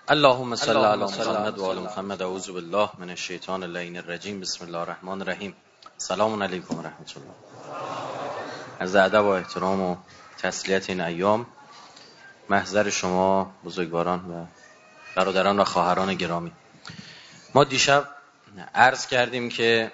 اللهم صل علی محمد و آل محمد. اعوذ بالله من الشیطان اللعین الرجیم. بسم الله الرحمن الرحیم. سلام علیکم و رحمت الله. از ادب و احترام و تسلیت این ایام محضر شما بزرگواران و برادران و خواهران گرامی، ما دیشب عرض کردیم که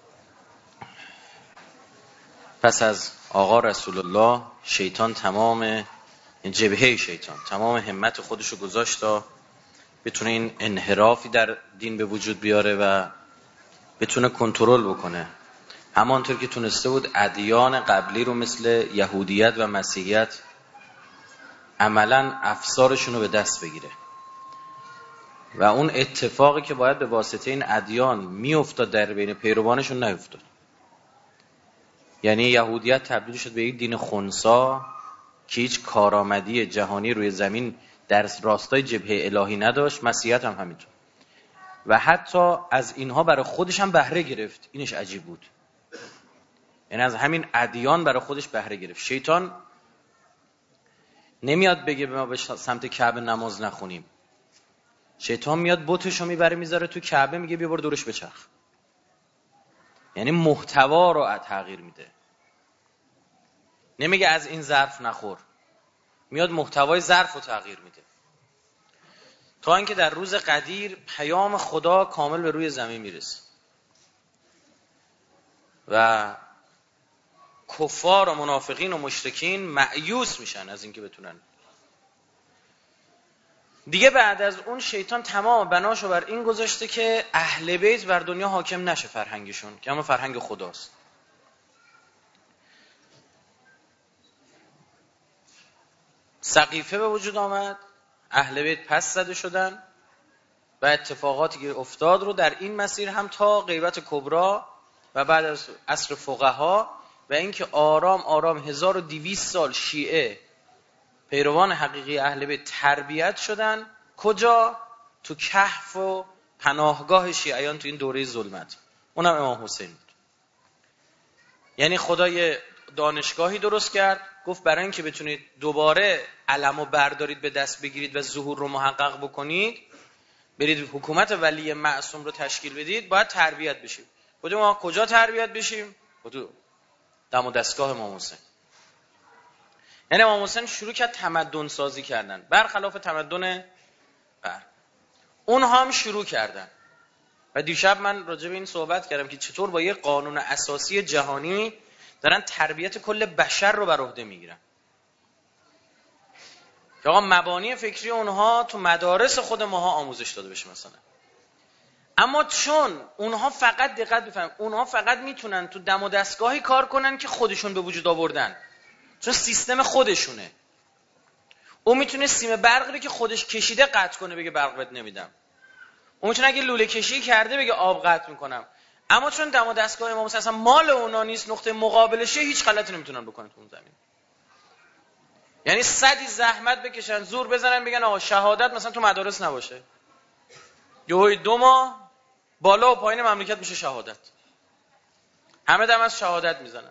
پس از آقا رسول الله شیطان تمام جبهه شیطان تمام همت خودشو گذاشت تا بتونه این انحرافی در دین به وجود بیاره و بتونه کنترل بکنه، همانطور که تونسته بود ادیان قبلی رو مثل یهودیت و مسیحیت عملاً افسارشون رو به دست بگیره و اون اتفاقی که باید به واسطه این ادیان میافتاد در بین پیروانشون نیفتاد. یعنی یهودیت تبدیل شد به یک دین خنثی که هیچ کارآمدی جهانی روی زمین در راستای جبهه الهی نداشت. مسیحیت هم همینطور و حتی از اینها برای خودش هم بهره گرفت. اینش عجیب بود، یعنی از همین ادیان برای خودش بهره گرفت. شیطان نمیاد بگه ما به سمت کعبه نماز نخونیم، شیطان میاد بتشو میبره میذاره تو کعبه، میگه بیا برو دورش بچرخ. یعنی محتوا رو تغییر میده، نمیگه از این ظرف نخور، میاد محتوای ظرف رو تغییر میده، تا اینکه در روز قدیر پیام خدا کامل به روی زمین میرسه و کفار و منافقین و مشرکین مایوس میشن از اینکه بتونن دیگه. بعد از اون شیطان تمام بناشو بر این گذاشته که اهل بیت بر دنیا حاکم نشه، فرهنگشون که اما فرهنگ خداست. سقیفه به وجود آمد، اهل بیت پس زده شدن و اتفاقاتی که افتاد رو در این مسیر هم تا غیبت کبری و بعد از عصر فقها و اینکه آرام آرام 1200 سال شیعه پیروان حقیقی اهل بیت تربیت شدن. کجا؟ تو کهف و پناهگاه شیعیان تو این دوره ظلمت، اونم امام حسین بود. یعنی خدای دانشگاهی درست کرد، گفت برای اینکه بتونید دوباره علمو بردارید به دست بگیرید و ظهور رو محقق بکنید، برید حکومت ولی معصوم رو تشکیل بدید، باید تربیت بشیم. بودیم ما کجا تربیت بشیم؟ بودو دم و دستگاه امام حسین. یعنی امام حسین شروع کرد تمدن سازی کردن برخلاف تمدن اونها هم شروع کردن. و دیشب من راجع به این صحبت کردم که چطور با یه قانون اساسی جهانی دارن تربیت کل بشر رو بر عهده میگیرن که آقا مبانی فکری اونها تو مدارس خود ماها آموزش داده بشه مثلا. اما چون اونها فقط دقت بفهم، اونها فقط میتونن تو دم و دستگاهی کار کنن که خودشون به وجود آوردن، چون سیستم خودشونه. اون میتونه سیم برقی رو که خودش کشیده قطع کنه، بگه برق بهت نمیدم. اون میتونه اگه لوله کشی کرده بگه آب قطع میکنم. اما چون دم و دستگاه امام حسین اصلا مال اونا نیست، نقطه مقابلشه، هیچ غلطی نمیتونن بکنن تو اون زمین. یعنی صدی زحمت بکشن، زور بزنن، بگن آقا شهادت مثلا تو مدارس نباشه، یهو 2 ماه بالا و پایین مملکت میشه شهادت، همه دم از شهادت میزنن.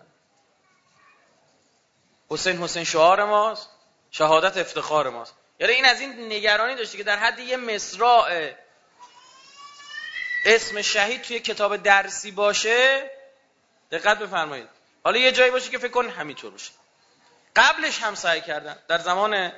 حسین شعار ماست، شهادت افتخار ماست. یعنی این از این نگرانی داشته که در حد یه مصرع اسم شهید توی کتاب درسی باشه. دقت بفرمایید، حالا یه جایی باشه که فکر کن همینطور باشه. قبلش هم سعی کردن در زمان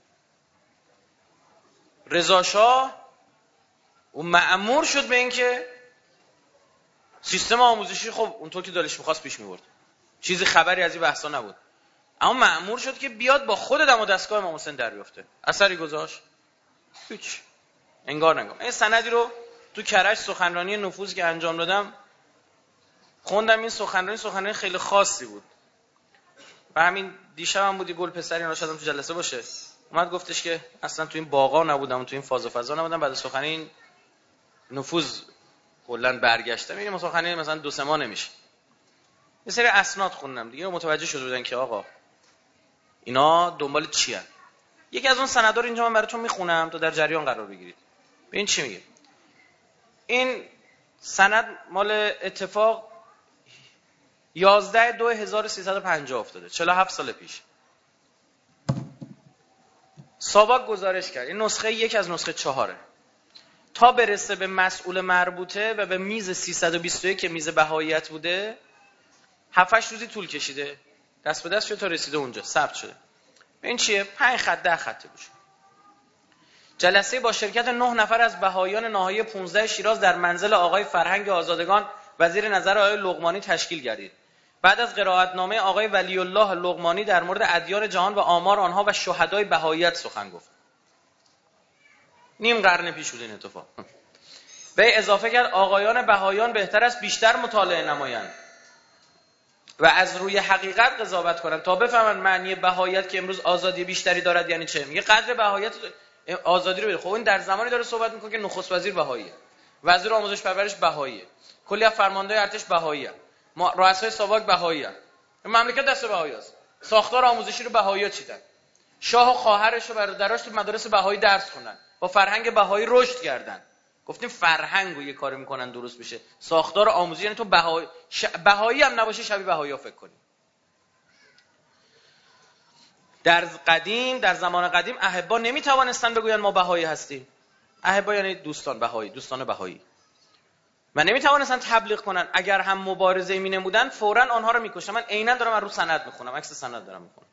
رضا شاه، اون مأمور شد به این که سیستم آموزشی خب اونطور که دلش می‌خواست پیش می‌برد، چیزی خبری از این بحثا نبود، اما مأمور شد که بیاد با خود دم و دستگاه امام حسین در بیفته. اثری گذاشت؟ هیچ، انگار نگم. این سندی رو تو کرج سخنرانی نفوذی که انجام دادم خوندم. این سخنرانی خیلی خاصی بود و همین دیشبم بودی گل پسری اینا شدم تو جلسه باشه، اومد گفتش که اصلا تو این باغا نبودم، تو این فاز و فضا نبودم، بعد از سخنرانی نفوذ کلا برگشتم. این سخنرانی مثلا 2-3 ماه نمیشه، یه سری اسناد خوندم دیگه، متوجه شده بودن که آقا اینا دنبال چی هستن. یکی از اون سندا رو اینجا من براتون میخونم تا در جریان قرار بگیرید. ببین چی میگه. این سند مال اتفاق 11/2/1350 افتاده، 47 سال پیش. ساواک گزارش کرد، این نسخه 1 از نسخه 4 تا برسه به مسئول مربوطه و به میز 321 که میز بهاییت بوده 7-8 روزی طول کشیده، دست به دست شد تا رسیده اونجا، ثبت شده. این چیه؟ 5 خط 10 خطه باشه. جلسه با شرکت 9 نفر از بهاییان ناحیه 15 شیراز در منزل آقای فرهنگ آزادگان وزیر نظر آقای لقمانی تشکیل گردید. بعد از قرائتنامه آقای ولی الله لقمانی در مورد ادیان جهان و آمار آنها و شهدای بهاییت سخن گفت. نیم قرن پیش بود این اتفاق. به اضافه کرد آقایان بهاییان بهتر است بیشتر مطالعه نمایند و از روی حقیقت قضاوت کنند تا بفهمند معنی بهاییت که امروز آزادی بیشتری دارد یعنی چه. میگه قدر بهاییت آزادی رو بده. خب این در زمانی داره صحبت میکنه که نخست وزیر بهاییه، وزیر آموزش پرورش بهاییه، کلی از فرماندهای ارتش بهاییه، رؤسای ساواک بهاییه، مملکت دست بهایی است. ساختار آموزشی رو بهایی‌ها چیدن. شاه و خواهرش و برادراش تو مدارس بهایی درس خوندن، با فرهنگ بهایی رشد کردن. گفتیم فرهنگو یه کاری میکنن درست بشه. ساختار آموزشی یعنی تو بهایی هم نباشه شبیه بهایی‌ها فکر کنیم. در زمان قدیم احبا نمیتوانستن بگویند ما بهایی هستیم. احبا یعنی دوستان بهایی، دوستان بهایی. و نمیتوانستن تبلیغ کنن. اگر هم مبارزه می نمودن فوراً آنها رو میکشتن. من عیناً دارم از رو سند میخونم، عکس سند دارم میخونم.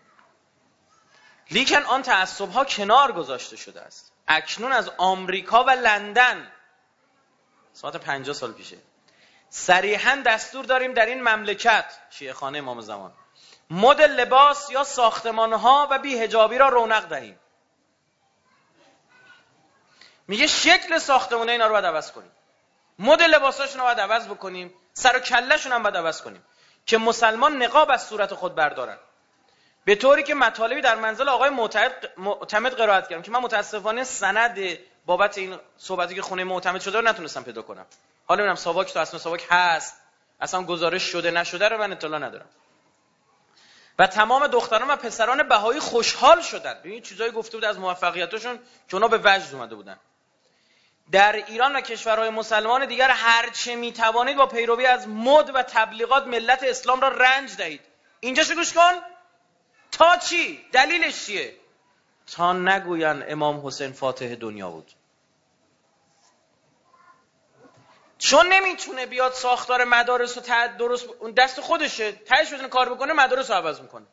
لیکن آن تعصب‌ها کنار گذاشته شده است. اکنون از آمریکا و لندن ساعت 50 سال پیشه صریحاً دستور داریم در این مملکت شیعه خانه امام زمان مد لباس یا ساختمان‌ها و بی‌حجابی را رونق دهیم. میگه شکل ساختمونه اینا رو باید عوض کنیم، مد لباساشون رو باید عوض بکنیم، سر و کله‌شون هم باید عوض کنیم که مسلمان نقاب از صورت خود بردارن. به طوری که مطالبی در منزل آقای معتمد قرائت کردم که من متاسفانه سند بابت این صحبتی که خونه معتمد شده رو نتونستم پیدا کنم. حالا ببینم ساواک تو اصلا ساواک هست، اصلا گزارش شده نشده رو من اطلاع ندارم. و تمام دختران و پسران بهایی خوشحال شدند. ببین چیزایی گفته بود از موفقیتاشون که اونا به وجد اومده بودن. در ایران و کشورهای مسلمان دیگر هر چه میتوانید با پیروی از مد و تبلیغات ملت اسلام را رنج دهید. اینجاشو گوش کن. تا چی؟ دلیلش چیه؟ تا نگوین امام حسین فاتح دنیا بود. چون نمیتونه بیاد ساختار مدارس رو درست، اون دست خودشه، تهش بتونه کار بکنه مدارس رو عوض میکنه.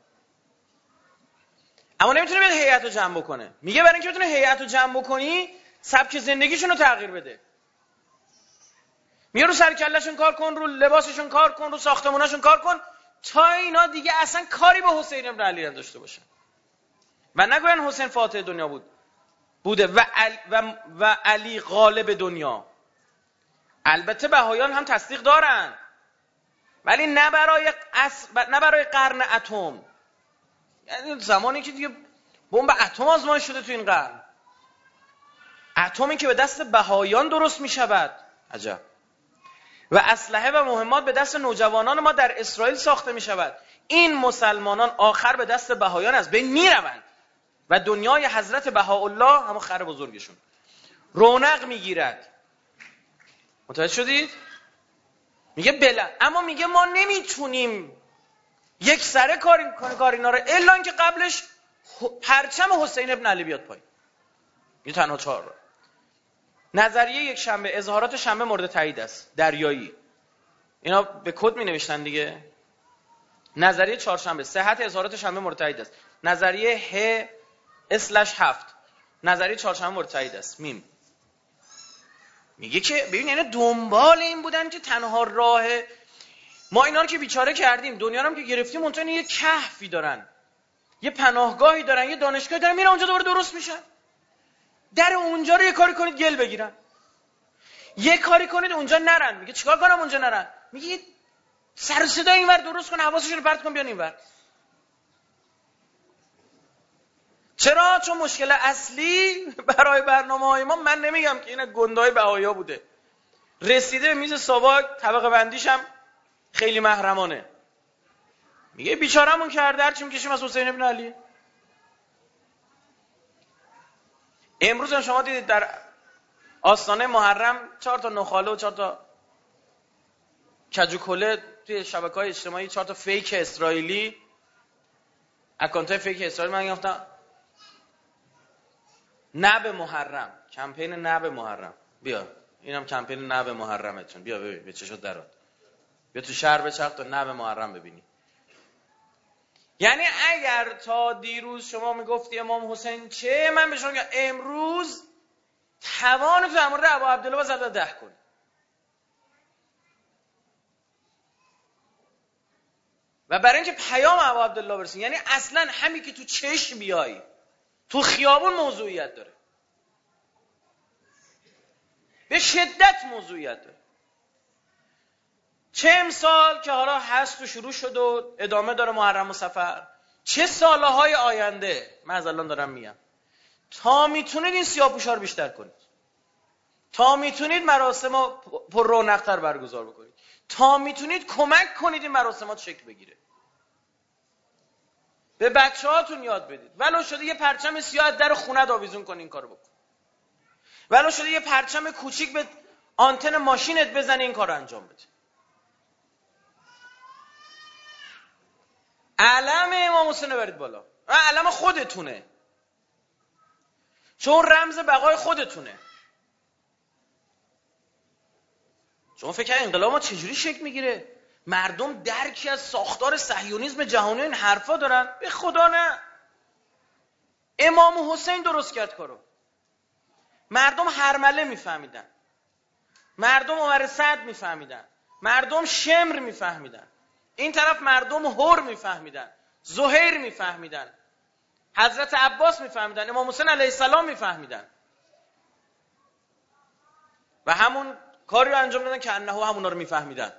اما نمیتونه بیاد هیئت رو جمع بکنه. میگه برای اینکه بتونه هیئت رو جمع بکنی سبک زندگیشون رو تغییر بده. میگه رو سر کلهشون کار کن، رو لباسشون کار کن، رو ساختموناشون کار کن تا اینا دیگه اصلا کاری به حسین ابن علی نداشته باشن و نگوین حسین فاتح دنیا بوده و علی غالب دنیا. البته بهایان هم تصدیق دارن ولی نه برای قرن اتم، یعنی زمانی که دیگه بمب اتم آزمایش شده تو این قرن، اتمی که به دست بهایان درست می شود. عجب. و اسلحه و مهمات به دست نوجوانان ما در اسرائیل ساخته می شود. این مسلمانان آخر به دست بهایان از بین می روند و دنیای حضرت بهاءالله همون خر بزرگشون رونق می گیرد. متوجه شدید؟ میگه بله، اما میگه ما نمیتونیم یک سره کار اینا رو الا اینکه قبلش پرچم حسین ابن علی بیاد پایین. این تنها 4 رو. نظریه یک شنبه، اظهارات شنبه مورد تایید است. دریایی اینا به کد می نوشتن دیگه. نظریه چهارشنبه، صحت اظهارات شنبه مورد تایید است. نظریه ه/7 نظریه چهارشنبه مورد تایید است. میم میگه که ببین یعنی دنبال این بودن که تنها راه ما اینا رو که بیچاره کردیم، دنیا رو هم که گرفتیم، منتها یه کهفی دارن، یه پناهگاهی دارن، یه دانشگاهی دارن، میرن اونجا دوباره درست میشن. در اونجا رو یه کاری کنید گل بگیرن، یه کاری کنید اونجا نرن. میگه چیکار کنم اونجا نرن؟ میگه سر و صدا اینور درست کن، حواسشون رو پرت کن بیان اینور. چرا؟ چون مشکل اصلی برای برنامه‌های ما، من نمیگم که اینا گندای بهایی‌ها بوده، رسیده به میز ساواک، طبقه بندیش هم خیلی محرمانه. میگه بیچاره‌مون کرده، هرچی میکشیم از حسین ابن علی. امروز هم شما دیدید در آستانه محرم 4 تا نخاله و 4 تا کجوکله توی شبکه‌های اجتماعی، 4 تا فیک اسرائیلی، اکانت‌های فیک اسرائیل من گفتم نه به محرم، کمپین نه به محرم. بیا اینم کمپین نه به محرمتون. بیا ببین به چشات درات. بیا تو شهر بچرخ تا نه به محرم ببینی. یعنی اگر تا دیروز شما میگفتی امام حسین چه، من به شما میگم امروز توان تو در مورد ابا عبدالله باز 10 کن. و برای اینکه پیام ابا عبدالله برسید، یعنی اصلا همین که تو چشم بیای تو خیابون موضوعیت داره، به شدت موضوعیت داره. چه امسال که حالا هست و شروع شد و ادامه داره محرم و صفر، چه سالهای آینده. من از الان دارم میگم تا میتونید این سیاه‌پوشا رو بیشتر کنید، تا میتونید مراسم رو پر رونق‌تر برگزار بکنید، تا میتونید کمک کنید این مراسمات شکل بگیره. به بچه‌هاتون یاد بدید، ولو شده یه پرچم سیاه در خونه‌ت آویزون کن، این کارو بکن. ولو شده یه پرچم کوچیک به آنتن ماشینت بزنی، این کارو انجام بده. علم امام حسین برید بالا، علم خودتونه، چون رمز بقای خودتونه. شما فکر کنید انقلاب ما چجوری شکل میگیره؟ مردم درکی از ساختار صهیونیسم جهانی این حرفا دارن؟ به خدا نه. امام حسین درست کرد کارو. مردم هرمله میفهمیدن، مردم عمر سعد میفهمیدن، مردم شمر میفهمیدن، این طرف مردم هور میفهمیدن، زهیر میفهمیدن، حضرت عباس میفهمیدن، امام حسین علیه السلام میفهمیدن و همون کاری رو انجام دادن که انه همونا رو میفهمیدن.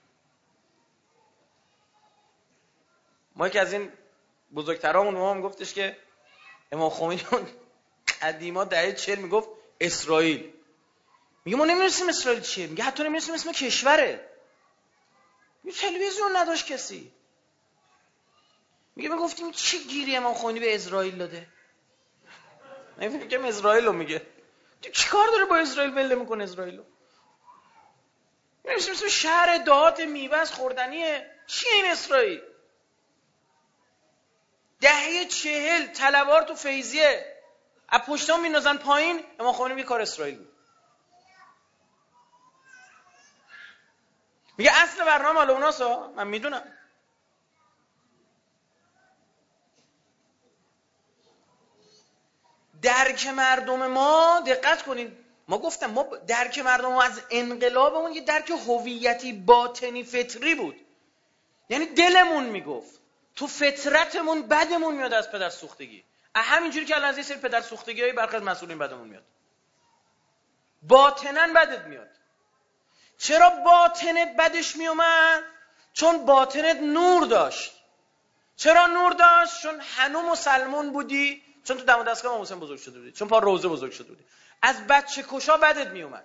ما یکی از این بزرگترامون ما هم گفتش که امام خمینی قدیما دهه 40 میگفت اسرائیل. میگه ما نمیدونستیم اسرائیل چیه، میگه حتی نمیدونستیم اسم کشوره، میگه تلویزیون نداشت کسی. میگه ما گفتیم چه گیری امام خمینی به اسرائیل داده. من فکر کنم اسرائیل رو میگه، تو چیکار داره با اسرائیل ول میکنه اسرائیلو؟ میگه اسم شهر دهات میوه خوردنیه، چیه این اسرائیل؟ دهه 40 طلبار تو فیضیه از پشتام میندازن پایین، امام خمینی میگه کار اسرائیل بود. میگه اصل برنامه مال اوناسا، من میدونم. درک مردم ما، دقت کنید، ما گفتم ما درک مردم ما از انقلابمون یه درک هویتی باطنی فطری بود. یعنی دلمون میگفت، تو فطرتمون بدمون میاد از پدر سوختگی، همینجوری که الان از یه سری پدر سوختگی‌های برخی از مسئولین بدمون میاد، باطناً بدت میاد. چرا باطنت بدش میومد؟ چون باطنت نور داشت. چرا نور داشت؟ چون هنوز مسلمون بودی، چون تو دم و دستگاه امام حسین بزرگ شده بودی، چون پا روزه بزرگ شده بودی. از بچه کشا بدت میومد،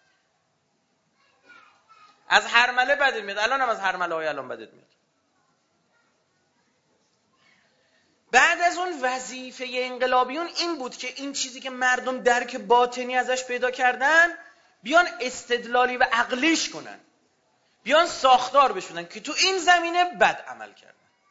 از هرمله بدت میاد، الان هم از هرمله های الان بدت میاد. بعد از اون وظیفه انقلابیون این بود که این چیزی که مردم درک باطنی ازش پیدا کردن بیان استدلالی و عقلیش کنن، بیان ساختار بشونن که تو این زمینه بد عمل کردن.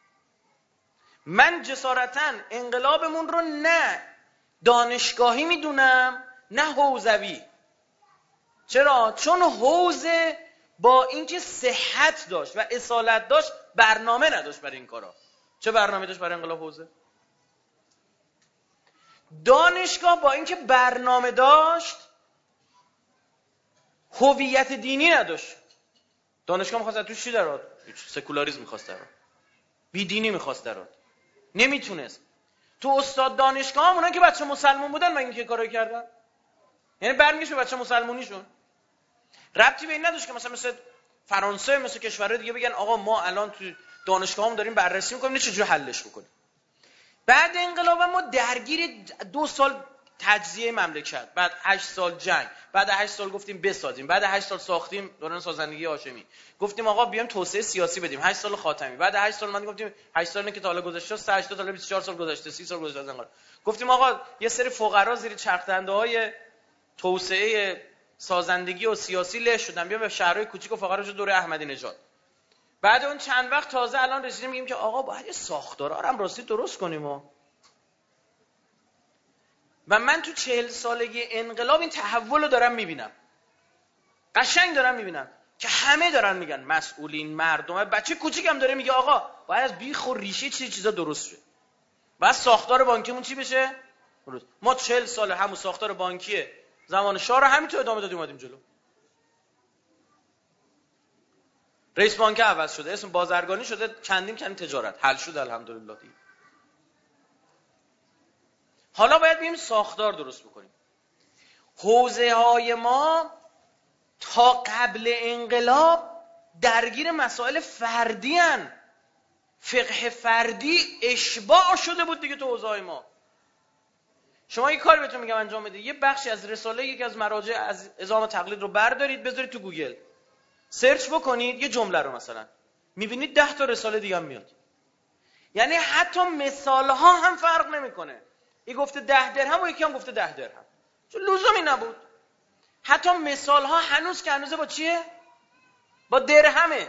من جسارتاً انقلابمون رو نه دانشگاهی میدونم نه حوزوی. چرا؟ چون حوزه با اینکه صحت داشت و اصالت داشت برنامه نداشت برای این کارا. چه برنامه داشت برای انقلاب حوزه؟ دانشگاه با اینکه برنامه داشت هویت دینی نداشت. دانشگاه می‌خواست توش چی درآد؟ سکولاریسم می‌خواست درآد، بی دینی می‌خواست درآد، نمیتونست. تو استاد دانشگاه هم اونایی که بچه مسلمون بودن مگه اینکه کارو کردن؟ یعنی برمیگشت به بچه مسلمونیشون، ربطی به این نداشت که مثلا فرانسه مثل کشورهای دیگه بگن آقا ما الان تو دانشگاه هم داریم بررسی می‌کنیم چجوری حلش بکنیم. بعد انقلاب ما درگیر 2 سال تجزیه مملکت، بعد 8 سال جنگ، بعد 8 سال گفتیم بسازیم، بعد 8 سال ساختیم دوران سازندگی هاشمی، گفتیم آقا بیایم توسعه سیاسی بدیم، 8 سال خاتمی، بعد 8 سال من گفتیم 8 سال که تا حالا گذشته 80 تا 24 سال گذشته، 30 سال گذشته از انقلاب، گفتیم آقا یه سری فقرا زیر چرخ دنده‌های توسعه سازندگی و سیاسی له شدن، بیایم به شهرهای کوچیک و فقرا دوره احمدی نژاد. بعد اون چند وقت تازه الان رسیدیم میگیم که آقا باید یه ساختارا هم راستی درست کنیم. و من تو 40 سالگی انقلاب این تحول رو دارم میبینم، قشنگ دارم میبینم که همه دارن میگن، مسئولین، مردم، بچه کوچیکم داره میگه آقا باید از بیخ و ریشه چیزا درست شه. بعد ساختار بانکیمون چی بشه؟ درست. ما 40 سال همون ساختار بانکی زمان شاه رو همینطور ادامه دادیم، اومدیم جلو. رئیس بانک عوض شده، اسم بازرگانی شده، چندین تجارت، حل شد الحمدلله دیگه. حالا باید بیم ساختار درست بکنیم. حوزه های ما تا قبل انقلاب درگیر مسائل فردی هن. فقه فردی اشباع شده بود دیگه تو حوزه های ما. شما یه کاری بهتون میگم انجام بدید، یه بخشی از رساله یکی از مراجع از اعزام تقلید رو بردارید بذارید تو گوگل، سرچ بکنید یه جمله رو مثلا، میبینید 10 تا رساله دیگه هم میاد. یعنی حتی مثال ها هم فرق نمیکنه، یکی گفته 10 درهم و یکی هم گفته 10 درهم، چون لزومی نبود. حتی مثال ها هنوز که هنوزه با چیه؟ با درهمه.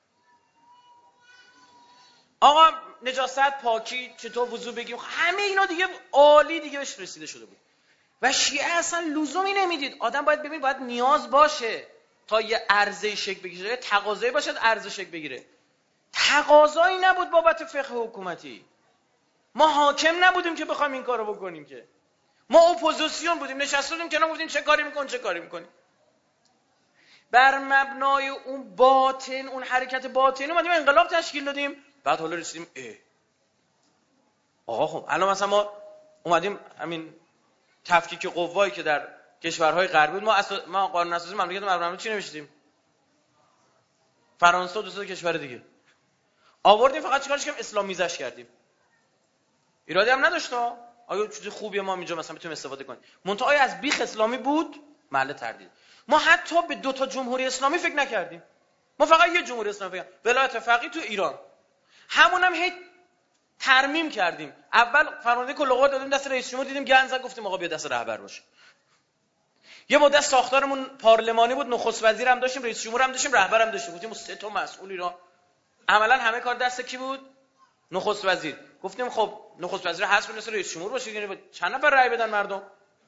آقا نجاست، پاکی، چطور وضو بگیم، همه اینا دیگه عالی دیگه بهش رسیده شده بود. و شیعه اصلا لزومی نمیدید. آدم باید ببین، باید نیاز باشه تا یه عرضه شکل بگیره، تقاضایی باشد عرضه شکل بگیره. تقاضایی نبود بابت فقه حکومتی. ما حاکم نبودیم که بخوایم این کارو بکنیم، که ما اپوزیسیون بودیم، نشستیم کنار گفتیم چه کاری میکنیم چه کاری میکنیم. بر مبنای اون باطن، اون حرکت باطنی اومدیم انقلاب تشکیل دادیم. بعد حالا رسیدیم آقا خب الان مثلا ما اومدیم همین تفکیک قوایی که در کشورهای غربی بود، ما قانون اساسی مملکت مردم چی نوشتیم؟ فرانسه و دو سه کشور دیگه آوردیم، فقط چیکارش کردیم؟ اسلامیزش کردیم. ایرادی هم نداشت. آیا چیز خوبیه ما اینجا مثلا بتونیم استفاده کنیم؟ منتها آیا از بیخ اسلامی بود؟ محل تردید. ما حتی به 2 تا جمهوری اسلامی فکر نکردیم. ما فقط یه جمهوری اسلامی فکر، ولایت فقیه تو ایران. همونم هی ترمیم کردیم. اول فرمانده کل قوات دادیم دست رئیس جمهور، دیدیم گند زد، گفتیم آقا بیا دست رهبر باشه. یه مدت ساختارمون پارلمانی بود، نخست وزیر هم داشتیم، رئیس جمهور هم داشتیم، رهبر هم داشتیم. گفتیم 3 تا مسئول ایران. عملا همه کار دست کی بود؟ نخست وزیر. گفتیم خب نخست وزیر حذف کنید رئیس جمهور باشه، یعنی چند نفر رأی بدن مردم.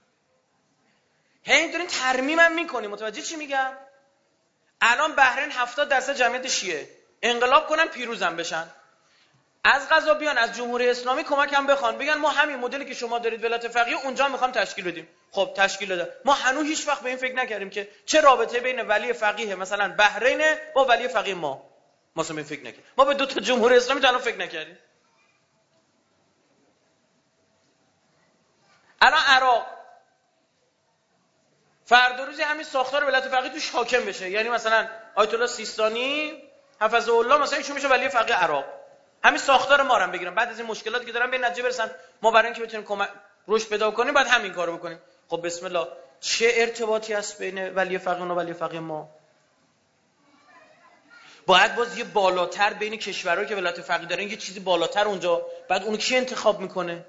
هی دارین ترمیمم میکنیم. متوجه چی میگم؟ الان بحرین 70% جمعیت شیعه، انقلاب کنن پیروزم بشن، از قضا بیان از جمهوری اسلامی کمک هم بخوان، بگن ما همین مدلی که شما دارید ولایت فقیه اونجا میخوام تشکیل بدیم. خب تشکیل داده. ما هنوز هیچ وقت به این فکر نکردیم که چه رابطه بین ولی فقیه مثلا بحرین با ولی فقیه ما مثلا این فکر نکردیم. ما به 2 تا جمهوری اسلامی تا فکر نکردیم. الان عراق فردا روزی همین ساختار ولایت فقیه توش حاکم بشه، یعنی مثلا آیت الله سیستانی حفظه الله مثلا ایشون میشه ولی فقیه عراق، همین ساختار ما رو هم بگیرن، بعد از این مشکلاتی که دارن به نتیجه برسن ما برای اینکه بتونیم رشد پیدا کنیم بعد همین کارو بکنیم. خب بسم الله، چه ارتباطی هست بین ولی فقیه و ولی فقیه ما؟ باید باز یه بالاتر بین کشورهایی که ولایت فقیه دارن یه چیزی بالاتر اونجا، بعد اونو کی انتخاب میکنه؟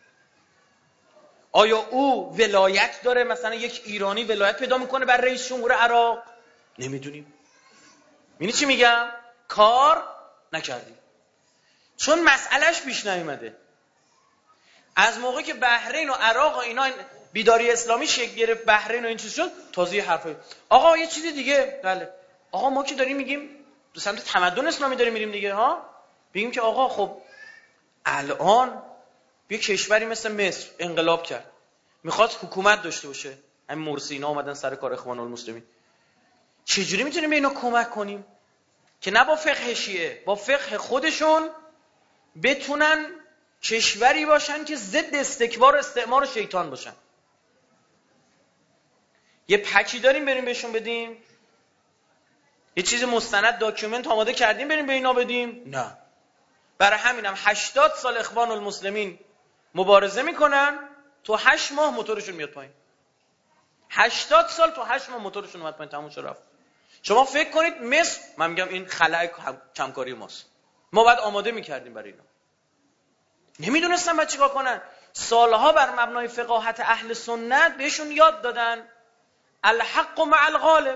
آیا او ولایت داره؟ مثلا یک ایرانی ولایت پیدا میکنه بر رئیس جمهور عراق؟ نمیدونیم. می‌بینی چی میگم؟ کار نکردیم چون مسئلهش پیش نیومده. از موقعی که بحرین و عراق و اینا بیداری اسلامی شکل گرفت، بحرین و این چیز شد، تازه یه حرفایی آقا یه چیزی دیگه. بله آقا ما که داریم میگیم به سمت تمدن اسلامی داریم میریم دیگه ها، بگیم که آقا خب الان یه کشوری مثل مصر انقلاب کرد، میخواد حکومت داشته باشه، همین مرسی اینا اومدن سر کار اخوان المسلمین، چجوری میتونیم به اینا کمک کنیم که نه با فقه شیعه، با فقه خودشون بتونن کشوری باشن که ضد استکبار و استعمار و شیطان باشن؟ یه پکی داریم بریم بهشون بدیم؟ یه چیز مستند داکیومنت آماده کردیم بریم به اینا بدیم؟ نه. برای همینم 80 سال اخوان المسلمین مبارزه میکنن، تو 8 ماه موتورشون میاد پایین. 80 سال تو 8 ماه موتورشون اومد پایین، تموم شد رفت. شما فکر کنید مصر، من میگم این خلأ کمکاری ماست، ما باید آماده میکردیم برای اینا. نمیدونستن باید چیکار کنن. سالها بر مبنای فقاهت اهل سنت بهشون یاد دادن الحق مع الغالب،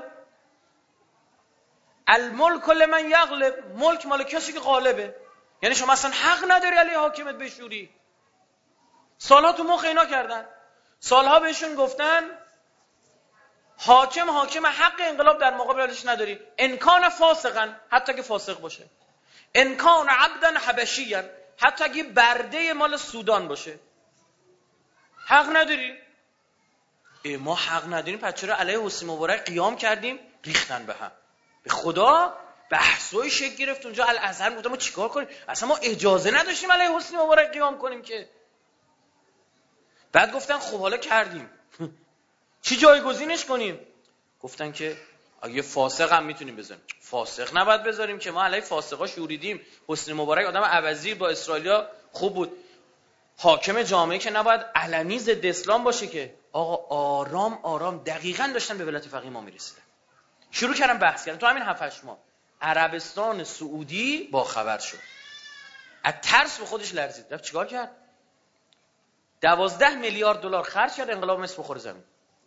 الملک لمن یغلب، ملک مال کسی که غالبه. یعنی شما اصلا حق نداری علی حاکمت بشوری. سالها تو مخ اینا کردن. سالها بهشون گفتن حاکم حق انقلاب در مقابلش نداری، انکان فاسقا، حتی که فاسق باشه، انکان عبدا حبشیا، حتی اگه برده مال سودان باشه، حق نداری. ما حق نداریم، پس چرا علیه حسین مبارک قیام کردیم؟ ریختن به هم. به خدا بحثای شکل گرفت اونجا. الازهر گفتم ما چیکار کنیم؟ اصلا ما اجازه نداشتیم علیه حسین مبارک قیام کنیم که. بعد گفتن خب حالا کردیم چی جایگزینش کنیم؟ گفتن که اگه فاسق هم میتونیم بذاریم. فاسق نباید بذاریم که ما علیه فاسقا شوریدیم. حسین مبارک آدم عوضی با اسرائیلیا خوب بود. حاکم جامعه که نباید علنی ضد اسلام باشه که. آقا آرام آرام دقیقاً داشتن به ولایت فقیه امام میرسیدن. شروع کردن بحث کردن. تو همین 7-8 ماه عربستان سعودی با خبر شد. از ترس به خودش لرزید. رفت چیکار کرد؟ 12 میلیارد دلار خرج کرد انقلاب مصر بخوره زمین.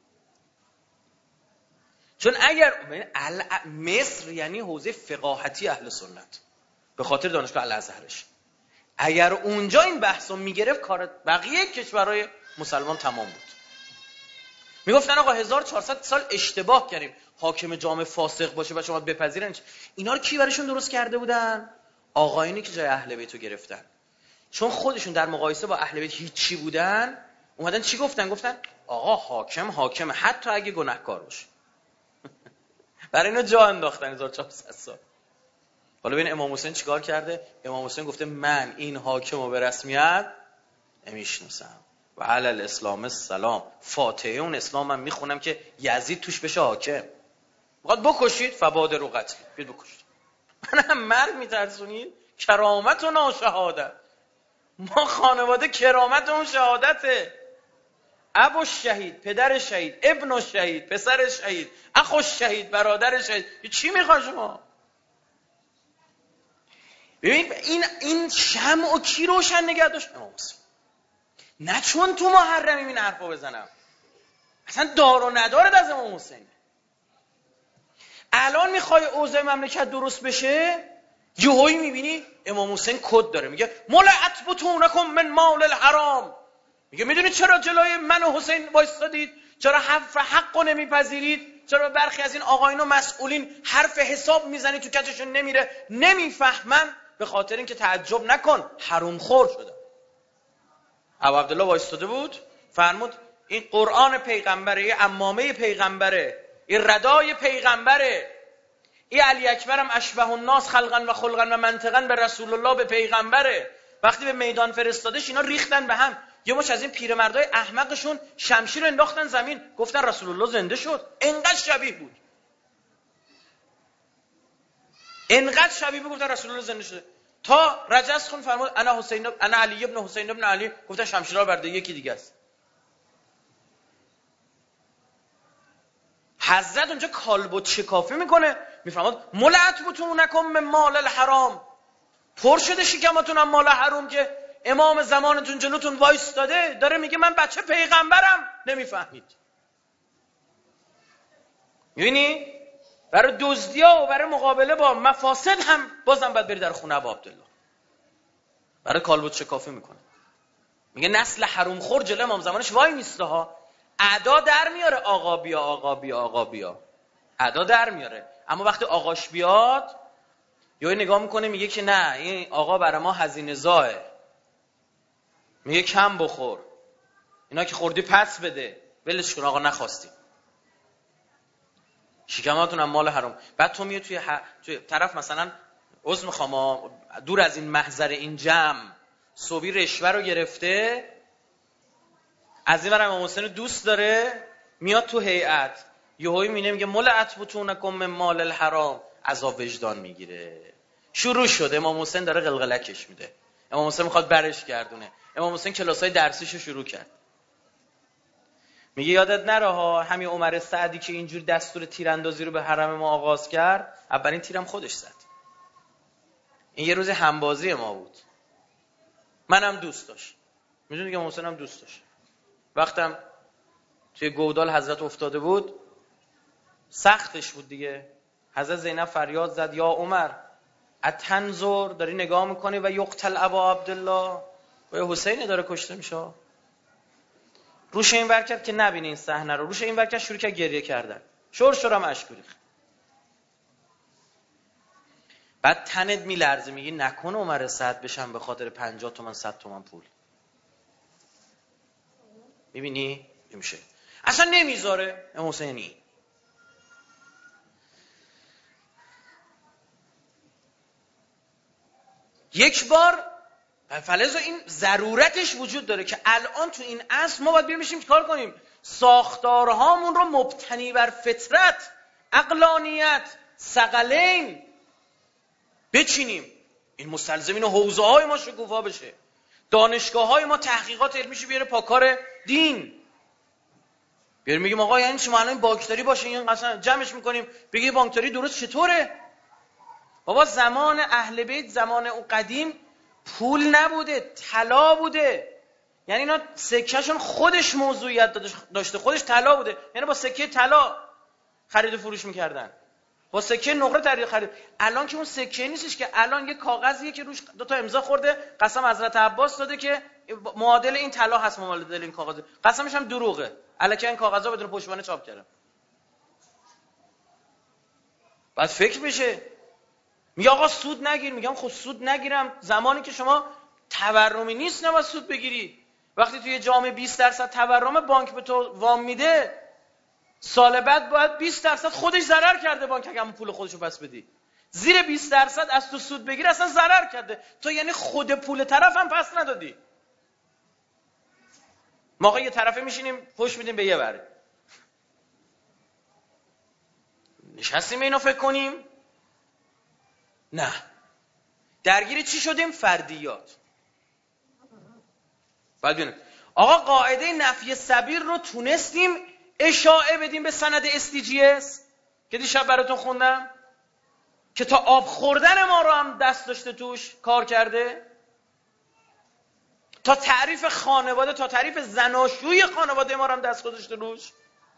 چون اگر مصر یعنی حوزه فقاهتی اهل سنت به خاطر دانشگاه الازهرش، اگر اونجا این بحثو میگرفت کار بقیه کشورهای مسلمان تمام بود. میگفتن آقا 1400 سال اشتباه کردیم، حاکم جامعه فاسق باشه و شما بپذیرن. اینا رو کی براشون درست کرده بودن؟ آقایونی که جای اهل بیت رو گرفتن. چون خودشون در مقایسه با اهل بیت هیچی بودن، اومدن چی گفتن؟ گفتن آقا حاکم حتی اگه گناهکار باشه. برای اینا جا انداختن 1400 سال. حالا ببین امام حسین چیکار کرده؟ امام حسین گفته من این حاکم رو به رسمیت نمیشناسم و علی الاسلام السلام، فاتحه اون اسلام من میخونم که یزید توش بشه حاکم. میخواد بکشید فبادروا قتل، بیاید بکشید. من هم مرگ میترسونید؟ کرامتنا شهادت. ما خانواده کرامتمون شهادته. ابو شهید، پدر شهید، ابن شهید، پسر شهید، اخو شهید، برادر شهید. چی میخواد شما؟ ببین این شمع کی روشن نگه داشت؟ امام حسین. نه چون تو محرمیم این حرفو بزنم، اصلا دار و ندارد از امام حسین. الان میخوای اوضاع مملکت درست بشه، یهویی میبینی امام حسین کد داره میگه ملعت بطونکم من مال الحرام. میگه میدونید چرا جلوی من و حسین وایسادید؟ چرا حقو نمیپذیرید؟ چرا برخی از این آقایون و مسئولین حرف حساب میزنید تو کتشون نمیره؟ نمیفهمن. به خاطر اینکه تعجب نکن حروم خور شدن. ابو عبدالله وایستاده بود فرمود این قرآن پیغمبره، این عمامه پیغمبره، این ردای پیغمبره، این علی اکبرم اشبه الناس خلقا و خلقا و منطقا به رسول الله، به پیغمبره. وقتی به میدان فرستادش اینا ریختن به هم. یه مش از این پیرمردای احمقشون شمشیر انداختن زمین، گفتن رسول الله زنده شد. انقدر شبیه بود، انقدر شبیه بود گفتن رسول الله زنده شده. تا رجس خون فرمود انا علی ابن حسین ابن علی، گفتن شمشیرها برده یکی دیگه است. حضرت اونجا کالبد شکافی میکنه، میفرماد ملعت بطونکم من مال الحرام. پر شده شکمتون هم مال حرام که امام زمانتون جلوتون وایستاده داره میگه من بچه پیغمبرم. نمیفهمید. میبینی برای دزدیا و برای مقابله با مفاسد هم بازم باید بری در خونه ابو عبدالله. برای کالبد شکافی میکنه، میگه نسل حروم خور جلوی امام زمانش وای میسته ها. ادا در میاره آقا بیا آقا بیا آقا بیا، ادا در میاره. اما وقتی آقاش بیاد یا نگاه میکنه میگه که نه این آقا برای ما هزینه زاه، میگه کم بخور، اینا که خوردی پس بده، ولش کن آقا نخواستی. شکماتون هم مال حرام. بعد تو میای توی طرف مثلا عذر میخوام دور از این محضر این جمع صوبی رشوه رو گرفته، از این ورم امام حسین دوست داره، میاد تو هیئت یهویی میگه ملعت بطونکم من مال الحرام، عذاب وجدان میگیره. شروع شده امام حسین داره قلقلکش میده، امام حسین میخواد برش گردونه. امام حسین کلاسای درسیشو شروع کرد. میگه یادت نره ها همین عمر سعدی که اینجور دستور تیراندازی رو به حرم ما آغاز کرد، اولین تیرم خودش زد. این یه روز همبازی ما بود، منم دوست داشت. میدونی که امام حسین هم دوست داشت. وقتم توی گودال حضرت افتاده بود سختش بود دیگه. حضرت زینب فریاد زد یا عمر اتنظر، داری نگاه میکنی و یقتل ابا عبدالله، و حسین داره کشته میشه. روش این ور کرد که نبینه این صحنه رو، روش این ور کرد شروع کرد گریه کردن، شرشرم اشک ریخت. بعد تنت میلرزه، میگی نکنه عمر سعد بشم به خاطر 50 تومن 100 تومن پول. میبینی نمیشه، اصلا نمیذاره امام حسینی. یک بار فلزا این ضرورتش وجود داره که الان تو این عصر ما باید بشیم کار کنیم، ساختارهامون رو مبتنی بر فطرت، عقلانیت، ثقلین بچینیم. این مستلزمین حوزه های ما شکوفا بشه، دانشگاه های ما تحقیقات علمیشو بیاره پاکار دین. بیاریم میگیم آقا یعنی چی ما الان بانکداری باشه، این مثلا جمعش میکنیم بگی بانکداری درست چطوره؟ بابا زمان اهل بیت، زمان اون قدیم پول نبوده، طلا بوده. یعنی اینا سکهشون خودش موضوعیت داشته، خودش طلا بوده، یعنی با سکه طلا خرید و فروش میکردن، با سکه نقره خرید. الان که اون سکه نیستش که، الان یه کاغذیه که روش 2 تا امضا خورده، قسم حضرت عباس داده که معادل این طلا هست، معادل این کاغذ، قسمش هم دروغه، الکی این کاغذا بدون پشتوانه چاپ کردن. بعد فکر بشه. میگه آقا سود نگیر، میگم خب سود نگیرم زمانی که شما تورمی نیست نباید سود بگیری. وقتی توی جامعه 20% تورم بانک به تو وام میده، سال بعد باید 20% خودش ضرر کرده بانک اگه همون پول خودشو پس بدی. زیر 20% از تو سود بگیر اصلا ضرر کرده تو، یعنی خود پول طرف هم پس ندادی. ما آقا یه طرفه میشینیم پشت میدیم به یه بره، نشستیم اینو فکر کنیم؟ نه. درگیر چی شدیم؟ فردیات. بعد ببینیم آقا قاعده نفی سبیل رو تونستیم اشاعه بدیم به سند SDGs که دیشب براتون خوندم، که تا آب خوردن ما رو هم دست داشته توش کار کرده، تا تعریف خانواده، تا تعریف زناشویی خانواده ما رو هم دست گذاشته روش.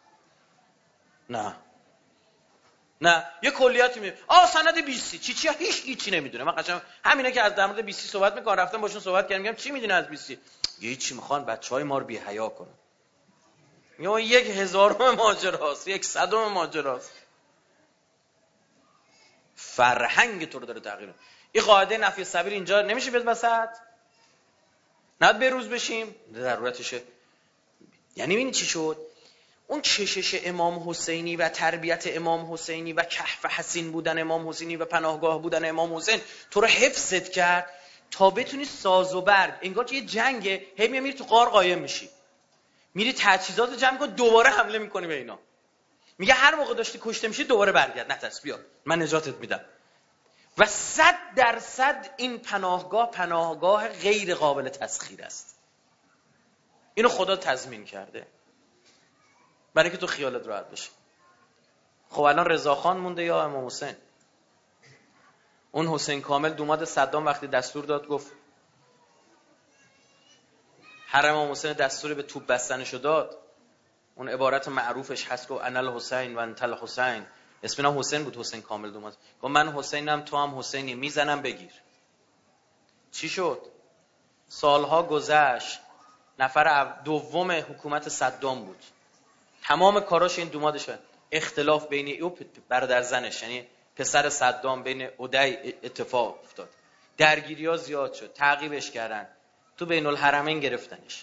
نه یه کلیاتی میگه سند 20 چی هیچ نمیدونه. من قشنگ همینا که از در مورد 20 صحبت میکنن، رفتم باشون صحبت کردم، میگم چی میدونه از 20؟ یه چی میخوان بچهای ما رو بی حیا کنن. میگم 1000 ماجراست، 100 ماجراست. فرهنگ تو رو داره تغییر. این قاعده نفی سبیل اینجا نمیشه بیاد وسط؟ نه بروز بشیم، ضرورتشه. یعنی ببین چی شد؟ اون کشش امام حسینی و تربیت امام حسینی و کهف حسین بودن امام حسینی و پناهگاه بودن امام حسین تو رو حفظت کرد تا بتونی ساز و برگ. انگار که یه جنگه، هی میری تو غار قایم میشی، میری تجهیزات جمع کن، دوباره حمله میکنی به اینا. میگه هر موقع داشتی کشته میشی دوباره برگرد، نترس، بیا من نجاتت میدم. و 100% این پناهگاه غیر قابل تسخیر است. اینو خدا تضمین کرده برای که تو خیالت راحت بشه. خب الان رضاخان مونده یا امام حسین؟ اون حسین کامل دوماد صدام وقتی دستور داد، گفت هر امام حسین دستور به توپ بستنشو داد، اون عبارت معروفش هست که انا الحسین و انت الحسین، اسمش حسین بود، حسین کامل دوماد، گفت من حسینم تو هم حسینی، میزنم بگیر. چی شد؟ سالها گذشت، نفر دوم حکومت صدام بود، تمام کاراش این دومادش بود. اختلاف بین او برادر زنش، یعنی پسر صدام، بین اودی اتفاق افتاد، درگیری‌ها زیاد شد، تعقیبش کردن، تو بین الحرمین گرفتنش.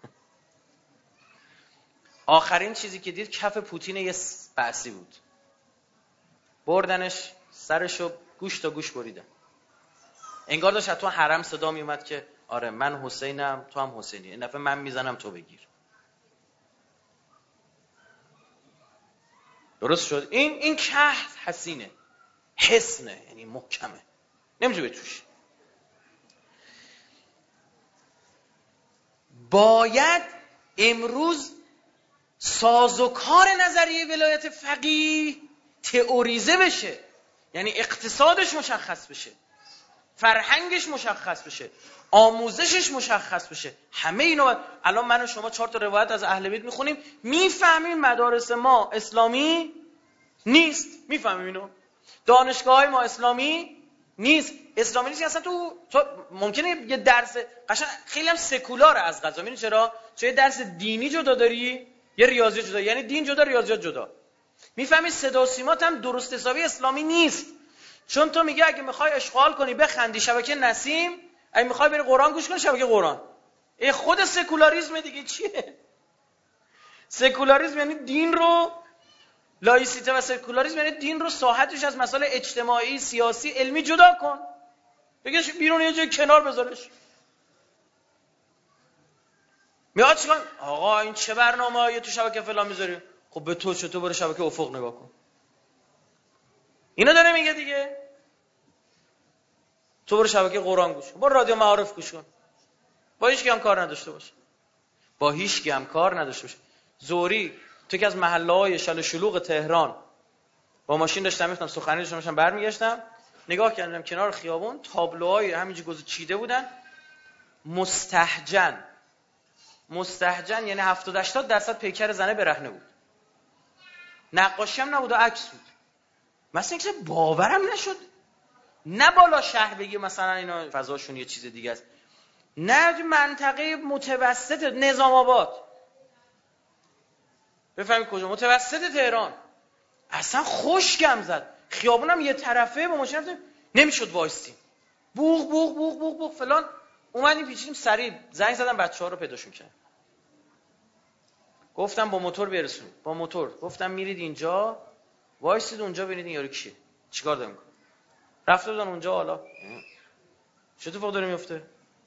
آخرین چیزی که دید کف پوتین یه بعثی بود، بردنش، سرشو گوش تا گوش بریدن. انگار داشت تو حرم صدا می اومد که آره من حسینم تو هم حسینی، این دفعه من میزنم تو بگیر. درست شد؟ این کهف حسینه، حسنه، یعنی محکمه، نمیشه بتوش. باید امروز سازوکار نظریه ولایت فقیه تئوریزه بشه، یعنی اقتصادش مشخص بشه، فرهنگش مشخص بشه، آموزشش مشخص بشه. همه اینا الان من و شما 4 تا روایت از اهل بیت میخونیم، میفهمیم مدارس ما اسلامی نیست، میفهمیم اینو. دانشگاه ما اسلامی نیست، اسلامی نیست. اصلا تو ممکنه یه درس قشنگ خیلی هم سکولاره از قضا، میدونی چرا؟ چه درس دینی جدا داری یه ریاضی جدا، یعنی دین جدا ریاضیات جدا. میفهمی صدا و سیمات هم درست حسابی اسلامی نیست، چون تو میگه اگه میخوای اشغال کنی بخندی شبکه نسیم، اگه میخوای بری قرآن گوش کنی شبکه قرآن. این خود سکولاریسم دیگه. چیه سکولاریسم؟ یعنی دین رو، لایسیته و سکولاریسم یعنی دین رو ساحتش از مسائل اجتماعی، سیاسی، علمی جدا کن، بگیش بیرون یه جای کنار بذارش. میاد چیکار؟ آقا این چه برنامه‌ای تو شبکه فلان میذاری؟ خب به تو چطور برو شبکه افق نگاه کن. اینا داره میگه دیگه. تو برو شبکه قرآن گوش کن، برو رادیو معارف گوش کن. با هیچ کی هم کار نداشته باش. با هیچ کی هم کار نداشته باش. زوری تو که از محله‌های شل شلوغ تهران با ماشین داشتم میرفتم سخنرانی داشتم برمیگشتم، نگاه کردم کنار خیابون تابلوهای همینجوری چیده بودن، مستهجن یعنی 70-80% پیکر زنه برهنه بود، نقاشی هم نبود و عکس بود. مثلا اینکه باورم نشد. نه بالا شهر بگی مثلا اینا فضاشون یه چیز دیگه است، نه منطقه متوسط نظام آباد، بفهمی کجا، متوسط تهران، اصلا خشکم زد. خیابونم یه طرفه، با ماشین رفتیم نمیشد وایستیم، بوق بوق بوق بوق بوق فلان. اومدیم پیچیدیم سریع زنگ زدم بچه‌ها رو پیداشون کردم، گفتم با موتور برسونید. با موتور گفتم میرید اینجا وایسید اونجا ببینید این یارو کیه چیکار داره میکنه. رفته بودن اونجا. حالا چه اتفاقی داره میفته؟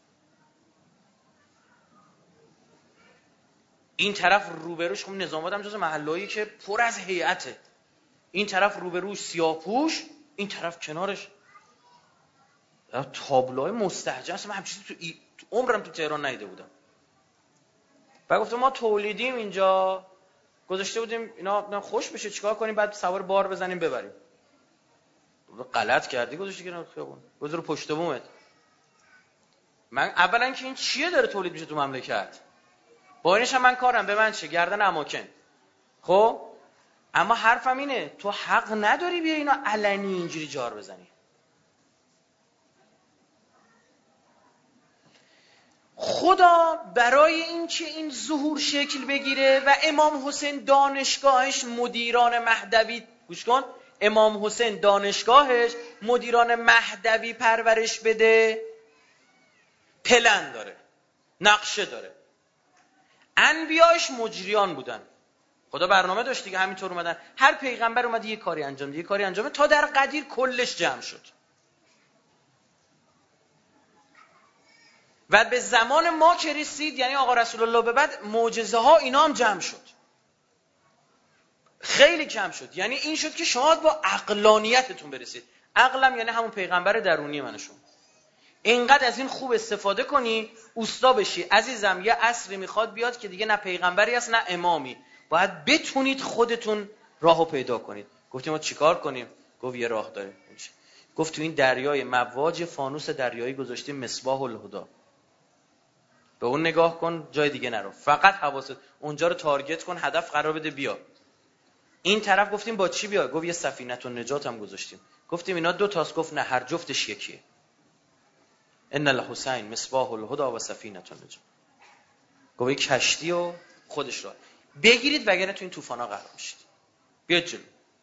این طرف روبروش خب نظام آباد هم جز محلهایی که پر از هیئته، این طرف روبروش سیاه‌پوش، این طرف کنارش تابلوهای مستهجن. اصلا من همچین چیزی تو عمرم تو تهران ندیده بودم. بعد گفتم ما تولیدیم اینجا، گذاشته بودیم اینا خوش بشه چیکار کنیم، بعد سوار بار بزنیم ببریم. غلط کردی گذاشتی کنار خیابون، گذار پشت بومت. من اولا که این چیه داره تولید میشه تو مملکت، با اینش هم من کارم به من چه، گردن اماکن. خب اما حرفم اینه تو حق نداری بیا اینا علنی اینجوری جار بزنی. خدا برای اینکه این ظهور شکل بگیره و امام حسین دانشگاهش مدیران مهدوی، گوش کن، امام حسین دانشگاهش مدیران مهدوی پرورش بده، پلن داره، نقشه داره. انبیاش مجریان بودن، خدا برنامه داشت دیگه، همینطور اومدن. هر پیغمبر اومد یه کاری انجام ده، یه کاری انجام ده، تا در قدیر کلش جمع شد. و به زمان ما که رسید، یعنی آقا رسول الله به بعد، معجزه ها اینا هم جمع شد، خیلی کم شد. یعنی این شد که شما با عقلانیتتون برسید. عقلم یعنی همون پیغمبر درونی من شما. اینقدر از این خوب استفاده کنی اوستا بشی. عزیزم یه عصری میخواد بیاد که دیگه نه پیغمبری است نه امامی، باید بتونید خودتون راهو پیدا کنید. گفتیم ما چیکار کنیم؟ گفت یه راه داره. گفت تو این دریای مواج فانوس دریایی گذاشتیم مصباح الهدی، به اون نگاه کن، جای دیگه نرو، فقط حواست اونجا رو تارگت کن، هدف قرار بده بیا. این طرف گفتیم با چی بیا؟ گفت یه سفینه النجات هم گذاشتیم. گفتیم اینا دو تاست؟ گفت نه، هر جفتش یکیه. ان الحسین مصباح الهدی و سفینه النجات. گفت کشتی و خودش رو بگیرید وگرنه تو این طوفانا غرق میشید. بیاد جلو.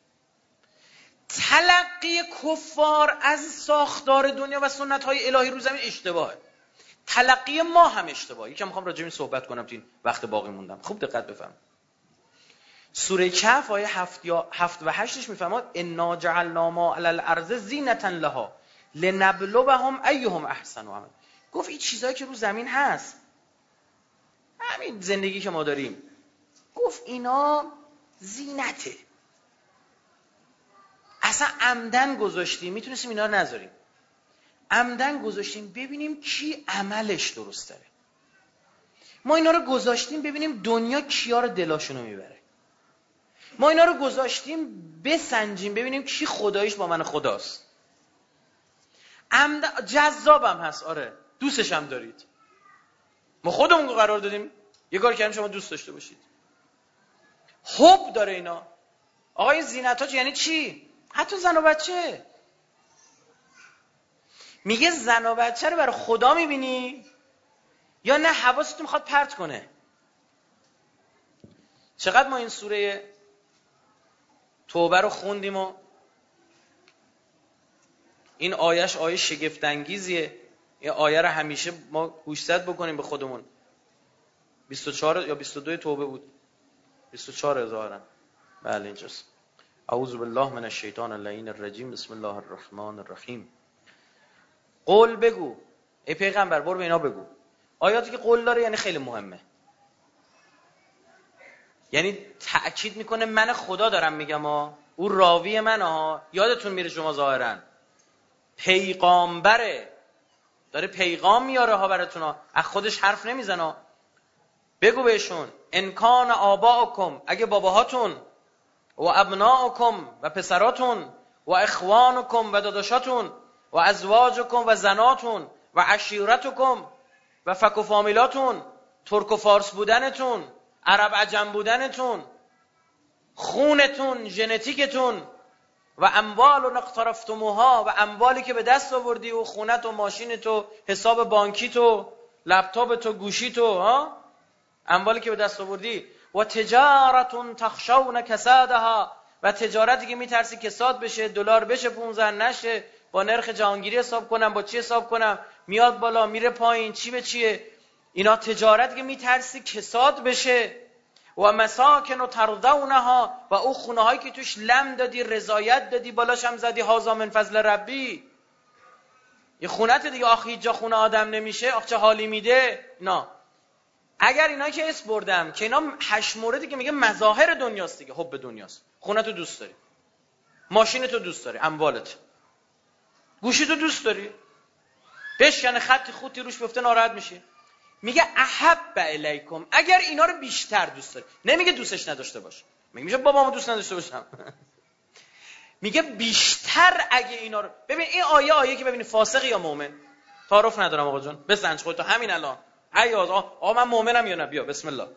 تلقی کفار از ساختار دنیا و سنت‌های الهی رو زمین اشتباهه. تلقی ما هم اشتباهه. یکم میخوام راجع به این صحبت کنم تو این وقت باقی موندم. خوب دقت بفهم. سوره کهف آیه 7 و 8ش میفرماد انا جعلنا ما علی الارض زینة لها لنبلوهم ایهم احسن عملا. گفت این چیزایی که رو زمین هست، همین زندگی که ما داریم، گفت اینا زینته، اصلا عمدن گذاشتیم، میتونستیم اینا رو نذاریم، عمدن گذاشتیم ببینیم کی عملش درست داره. ما اینا رو گذاشتیم ببینیم دنیا کیا رو دلاشونو میبره. ما اینا رو گذاشتیم بسنجیم ببینیم کی خداییش با من خداست. جذابم هست، آره دوستش هم دارید. ما خودمون رو قرار دادیم یه کار کردیم شما دوست داشته باشید. حب داره اینا. آقا این زینت‌ها یعنی چی؟ حتی زن و بچه. میگه زن و بچه رو برای خدا میبینی یا نه حواستون میخواد پرت کنه؟ چقدر ما این سوره توبه رو خوندیم و این آیش آیه شگفت انگیزیه. این آیه رو همیشه ما گوشزد بکنیم به خودمون. 24 یا 22 توبه بود، 24 ظاهرا. بله اینجاست. اعوذ بالله من الشیطان اللعین الرجیم بسم الله الرحمن الرحیم. قول بگو ای پیغمبر، برو به اینا بگو. آیاتی که قول داره یعنی خیلی مهمه، یعنی تأکید میکنه من خدا دارم میگم ها، او راوی من ها. یادتون میره شما ظاهرا پیغامبره، داره پیغام میاره ها براتون ها، از خودش حرف نمیزنه. بگو بهشون انکان آباءکم، اگه باباهاتون، و ابناءکم و پسراتون، و اخوانکم و داداشاتون، و ازواجکم و زناتون، و عشیرتکم و فک و فامیلاتون، ترک و فارس بودنتون، عرب عجم بودنتون، خونتون، ژنتیکتون، و اموال و اقترفتموها، و اموالی که به دست آوردی، و خونت و ماشینت و حساب بانکیت و لپتاپت و گوشیت و اموالی که به دست آوردی، و تجارت تخشون کسادها، و تجارتی که میترسی کساد بشه، دلار بشه 15 نشه، با نرخ جهانگیری حساب کنم، با چی حساب کنم، میاد بالا میره پایین، چی به چیه. اینا تجارتی که میترسی کساد بشه. و مساکن و ترضونها، و او خونه هایی که توش لم دادی، رضایت دادی، بالاش هم زدی هذا من فضل ربی، یه خونت دیگه، آخه هیچ جا خونه آدم نمیشه، آخه چه حالی میده. نه، اگر اینا که اسم بردم که اینا 8 موردی که میگه مظاهر دنیاست دیگه، حب دنیاست. خونتو دوست داری، ماشینتو دوست داری، اموالت، گوشیتو دوست داری، بشکنه خطی خوتی روش بیفته ناراحت میشی. میگه احب الیکم، اگر اینا رو بیشتر دوست داری. نمیگه دوستش نداشته باش، میگه بابامو دوست نداشته باشم. میگه بیشتر اگه اینا رو. ببین این آیه که ببینی فاسق یا مؤمن، تعارف ندارم آقا جون، بسنج خودتو همین الان. ایاز آقا من مؤمنم یا نه، بیا بسم الله،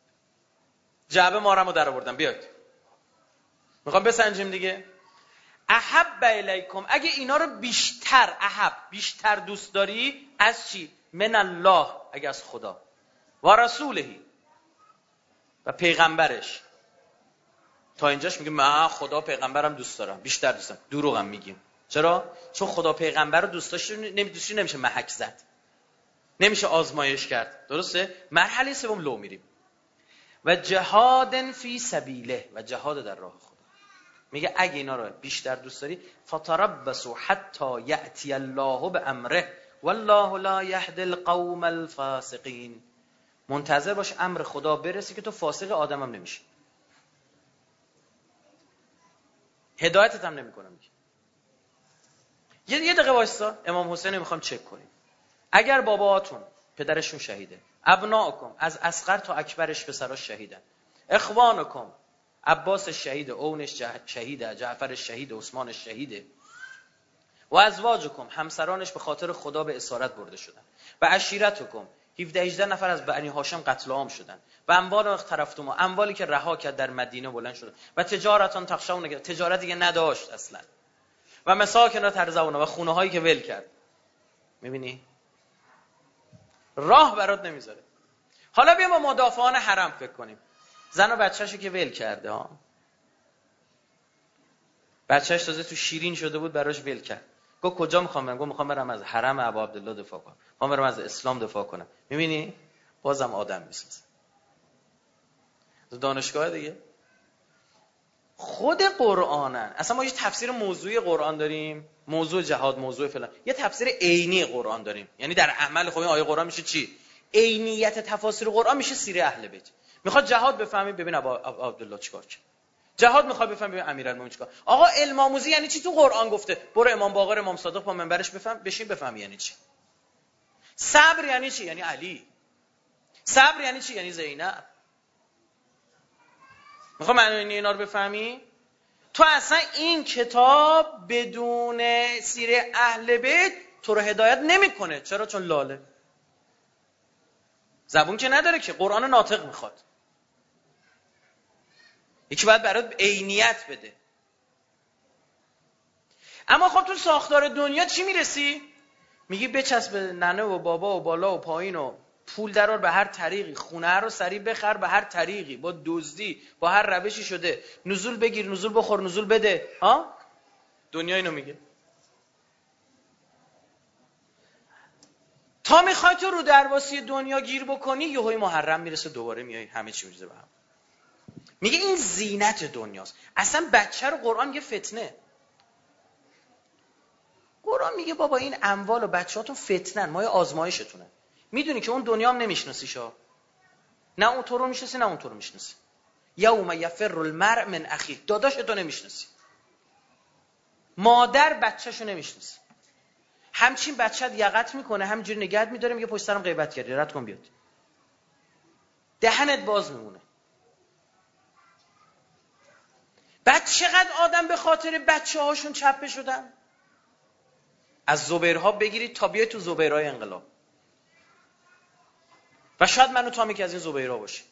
جعبه مارمو در آوردم، بیاید میخوام بسنجیم دیگه. احب الیکم، اگه اینا رو بیشتر، احب بیشتر دوست داری از چی؟ من الله، اگه از خدا، و رسولهی و پیغمبرش. تا اینجاش میگه من خدا پیغمبرم دوست دارم، بیشتر دوستم. دروغم میگیم. چرا؟ چون خدا پیغمبر رو دوست داشتی نمیشه محک زد، نمیشه آزمایش کرد. درسته؟ مرحله سوم لو میریم. و جهاد فی سبیله، و جهاد در راه خدا. میگه اگه اینا رو بیشتر دوست داری، فتربصوا حتی یأتی الله بامره والله لا یهدی القوم الفاسقین. منتظر باش امر خدا برسه که تو فاسق آدمم نمیشی، هدایتت هم نمیکنم. یه دقیقه وایسا، امام حسین رو میخوام چک کنیم. اگر باباهاتون پدرشون شهیده، ابناءکم از اصغر تا اکبرش پسراش شهیدن، اخوانکم عباس شهید، اونش شهیده، جعفر شهید، عثمان شهیده، و ازواجکم همسرانش به خاطر خدا به اسارت برده شدن، و عشیرتکم 17-18 نفر از بنی هاشم قتل عام شدن، و اموال اقترفتم، اموالی که رها کرد در مدینه بلند شدن، و تجارتان تخشون، تجارتی که نداشت اصلا، و مساکن ترضون، و خونه هایی که ول کرد. میبینی راه برات نمیذاره. حالا بیا ما مدافعان حرم فکر کنیم. زن و بچه‌شو که ول کرده ها، بچه‌ش تازه تو شیرین شده بود، براش ول کرد. گفت کجا میخوام برم؟ گفت میخوام برم از حرم ابا عبدالله دفاع کنم، میخوام برم از اسلام دفاع کنم. میبینی بازم آدم میسازه. دانشگاه دیگه خود قرآنن. اصلا ما یه تفسیر موضوعی قرآن داریم، موضوع جهاد، موضوع فلان. یه تفسیر عینی قرآن داریم، یعنی در عمل. خب این آیه قرآن میشه چی؟ عینیت تفاسیر قرآن میشه سیره اهل بیت. میخواد جهاد بفهمی، ببین ابا عبدالله چیکار کرد. جهاد میخواد بفهمی، ببین امیرالمومنین چیکار. آقا علم آموزی یعنی چی؟ تو قرآن گفته برو امام باقر، امام صادق پا منبرش بفهم، بشین بفهم یعنی چی. صبر یعنی چی؟ یعنی علی. صبر یعنی چی؟ یعنی زینب. میخوام معنی اینا رو بفهمی. تو اصلا این کتاب بدون سیره اهل بیت تو رو هدایت نمیکنه. چرا؟ چون لاله، زبون که نداره که، قرآن ناطق میخواد. یکی باید برات عینیت بده. اما خب تو ساختار دنیا چی میرسی؟ میگی بچسب ننه و بابا و بالا و پایین و پول درار به هر طریقی، خونه رو سریع بخر به هر طریقی، با دزدی، با هر روشی شده، نزول بگیر، نزول بخور، نزول بده. ها دنیا اینو میگه. تا میخوای تو رو درواسی دنیا گیر بکنی، یهوی محرم میرسه دوباره میای همه چی میریزه به هم. میگه این زینت دنیاست. اصلا بچه رو قرآن میگه فتنه. قرآن میگه بابا این اموال و بچه‌هاتون فتنن، مایه آزمایشتونه. میدونی که اون دنیا هم نمیشناسیشا، نه اون تو رو میشناسی نه اون تو رو میشناسی. یوم یفر المرء من اخیه، داداشتو نمیشناسی، مادر بچه‌شو نمیشناسی. همچین بچه‌ت یقت میکنه، همینجوری نگهت میداره، میگه پشت سرم غیبت کردی، رد کن بیاد. دهنت باز میمونه. بعد چقدر آدم به خاطر بچه‌هاشون چپه شدن. از زبیرها بگیرید تا بیاید تو زبیرهای انقلاب. و شاید من و تامی که از این زبیرها باشیم.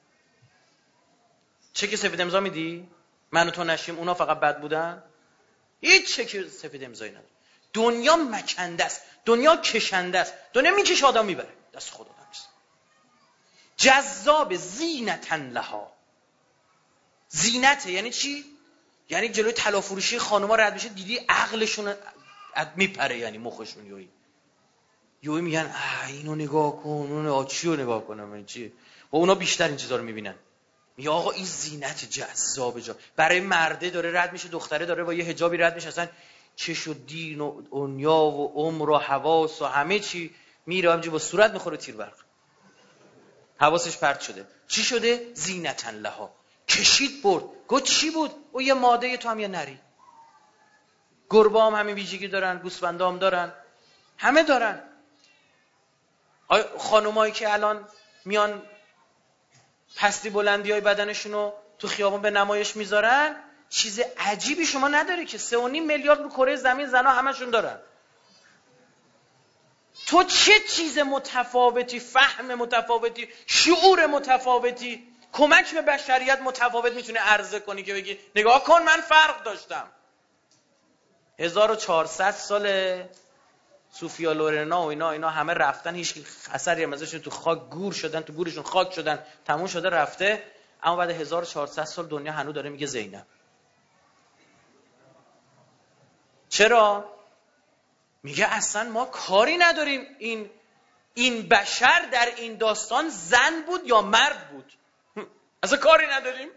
چه که سفید امضا میدی؟ من و تو نشیم، اونا فقط بد بودن؟ هیچ چه که سفید امضایی نداره. دنیا مکنده است، دنیا کشنده است، دنیا میکشه آدم میبره، دست خدا آدم نیست. جذاب، زینتا لها. زینت یعنی چی؟ یعنی جلوی طلا فروشی خانوما رد میشه، دیدی عقلشون میپره، یعنی مخشون یوی میگن اینو نگاه کن، اونو چیو نگاه کنم، این چیه؟ و اونا بیشتر این چیزا رو میبینن. میگه آقا این زینت جذاب جا برای مرده داره رد میشه، دختره داره با یه حجابی رد میشه، اصلا چش و دین و دنیا و عمر و حواس و همه چی میره همینجوری با صورت میخوره تیر برق، حواسش پرت شده. چی شده؟ زینتا لها. کشید برد. گفت چی بود؟ او یه ماده، تو هم یه نری. گربه هم همین ویژگی دارن، گوسفندا هم دارن، همه دارن. خانومایی که الان میان پستی بلندی های بدنشونو تو خیابون به نمایش میذارن، چیز عجیبی شما نداره که 3.5 میلیارد رو کره زمین زنا همشون دارن. تو چه چیز متفاوتی، فهم متفاوتی، شعور متفاوتی، کمک به بشریت متفاوت میتونه عرضه کنی که بگی نگاه کن من فرق داشتم. 1400 ساله صوفیا لورنا و اینا همه رفتن، هیچ اثری هم ازشون تو خاک گور شدن، تو گورشون خاک شدن، تموم شده رفته. اما بعد 1400 سال دنیا هنوز داره میگه زینب. چرا؟ میگه اصلا ما کاری نداریم این بشر در این داستان زن بود یا مرد بود، اصلا کاری نداریم.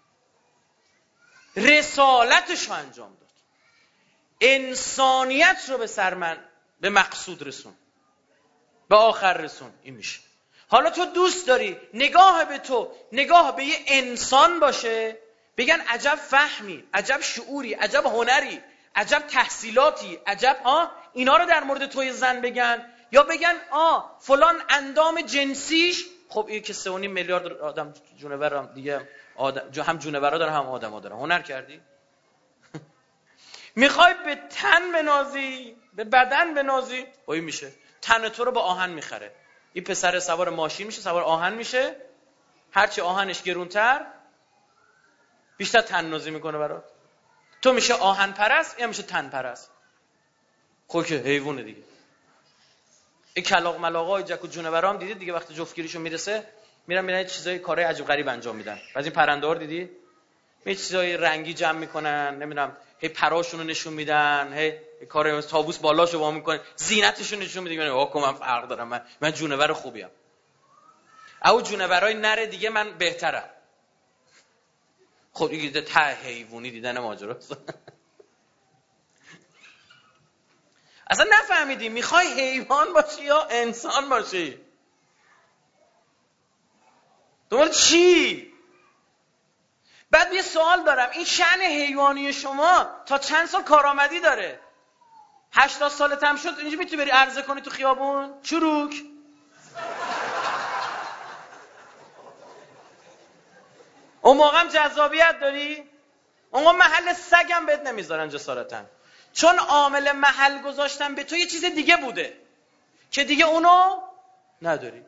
رسالتش رو انجام داد، انسانیت رو به مقصود رسون، به آخر رسون. این میشه. حالا تو دوست داری نگاه به تو نگاه به یه انسان باشه، بگن عجب فهمی، عجب شعوری، عجب هنری، عجب تحصیلاتی، عجب اینا رو در مورد توی زن بگن، یا بگن فلان اندام جنسیش، خب این که 3.5 میلیارد آدم جونور هم دیگه، هم جونورا داره هم آدما داره. هنر کردی؟ میخوای به تن بنازی، به بدن بنازی، این میشه. تن تو رو با آهن میخره. این پسر سوار ماشین میشه، سوار آهن میشه، هرچی آهنش گرونتر بیشتر تن نازی میکنه برات. تو میشه آهن پرست، یا میشه تن پرست. خب که حیوانه دیگه. این کلاغ ملاغای جک و جونورا هم دیدید دیگه، وقتی جفتگیریشون میرسه میرن چیزای کارهای عجیب غریب انجام میدن. بعضی این پرنده‌ها دیدی یه چیزای رنگی جمع میکنن، نمیدونم هی پراشون رو نشون میدن، هی کار طاووس بالاشو وا میکنن، زینتشون نشون میدن. واکو من فرق دارم، من جونور خوبیم. او جونورای نره دیگه من بهترم. خب دیگه ته حیوانی دیدن ماجراست. اصلا نفهمیدی میخوای حیوان باشی یا انسان باشی؟ دنبال چی؟ بعد یه سوال دارم، این شأن حیوانی شما تا چند سال کارآمدی داره؟ 80 سالت هم شد اینجا میتونی بری عرضه کنی تو خیابون؟ چروک اون موقع هم جذابیت داری؟ اون موقع محل سگم بهت نمیذارن جسارتن، چون عامل محل گذاشتن به تو یه چیز دیگه بوده که دیگه اونو نداری.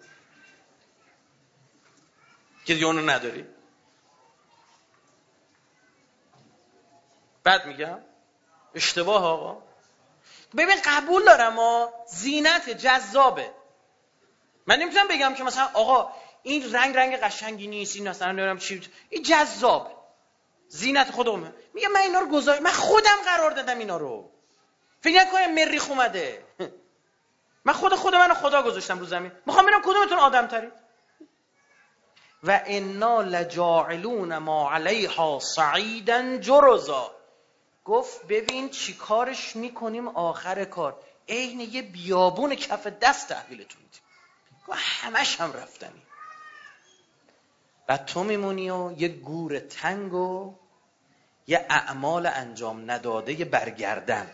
بعد میگم اشتباه آقا. ببین قبول دارم زینت جذابه، من نمیتونم بگم که مثلا آقا این رنگ قشنگی نیست، این مثلا نمیدونم چی، این جذاب زینت خودمه. میگم من اینا رو گذاشتم، من خودم قرار دادم اینا رو. فکر نکنم مریخ اومده. من منو خدا گذاشتم رو زمین. میخوام ببینم کدومتون آدم ترید. و انا لجاعلون ما علیها صعیدا جرزا. گفت ببین چی کارش میکنیم آخر کار، عین یه بیابون کف دست تحویلتون میدیم. گفت همش هم رفتنی. بعد تو میمونی و یه گور تنگ و یه اعمال انجام نداده برگردن.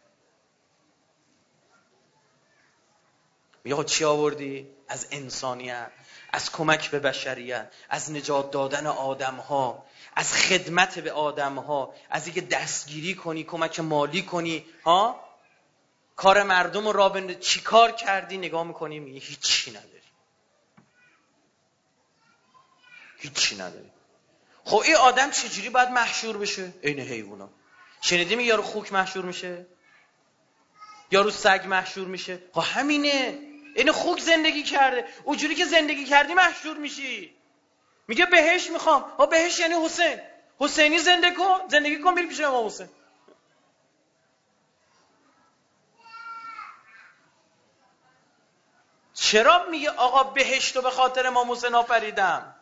میگه چی آوردی؟ از انسانیت، از کمک به بشریت، از نجات دادن آدم‌ها، از خدمت به آدم‌ها، از اینکه دستگیری کنی، کمک مالی کنی، ها؟ کار مردم رو راه چی کار کردی؟ نگاه می‌کنی میگه هیچی نداری. هیچی نداری. خب این آدم چجوری باید محشور بشه؟ عین حیونا. شنیدیم یارو خوک محشور میشه؟ یارو سگ محشور میشه؟ خب همینه. این خوک زندگی کرده، اونجوری که زندگی کردی محشور میشی. میگه بهش میخوام. ها بهش یعنی حسین. حسینی زندگی کن بری پیش امام حسین. چرا میگه آقا بهشتو به خاطر امام حسین آفریدم؟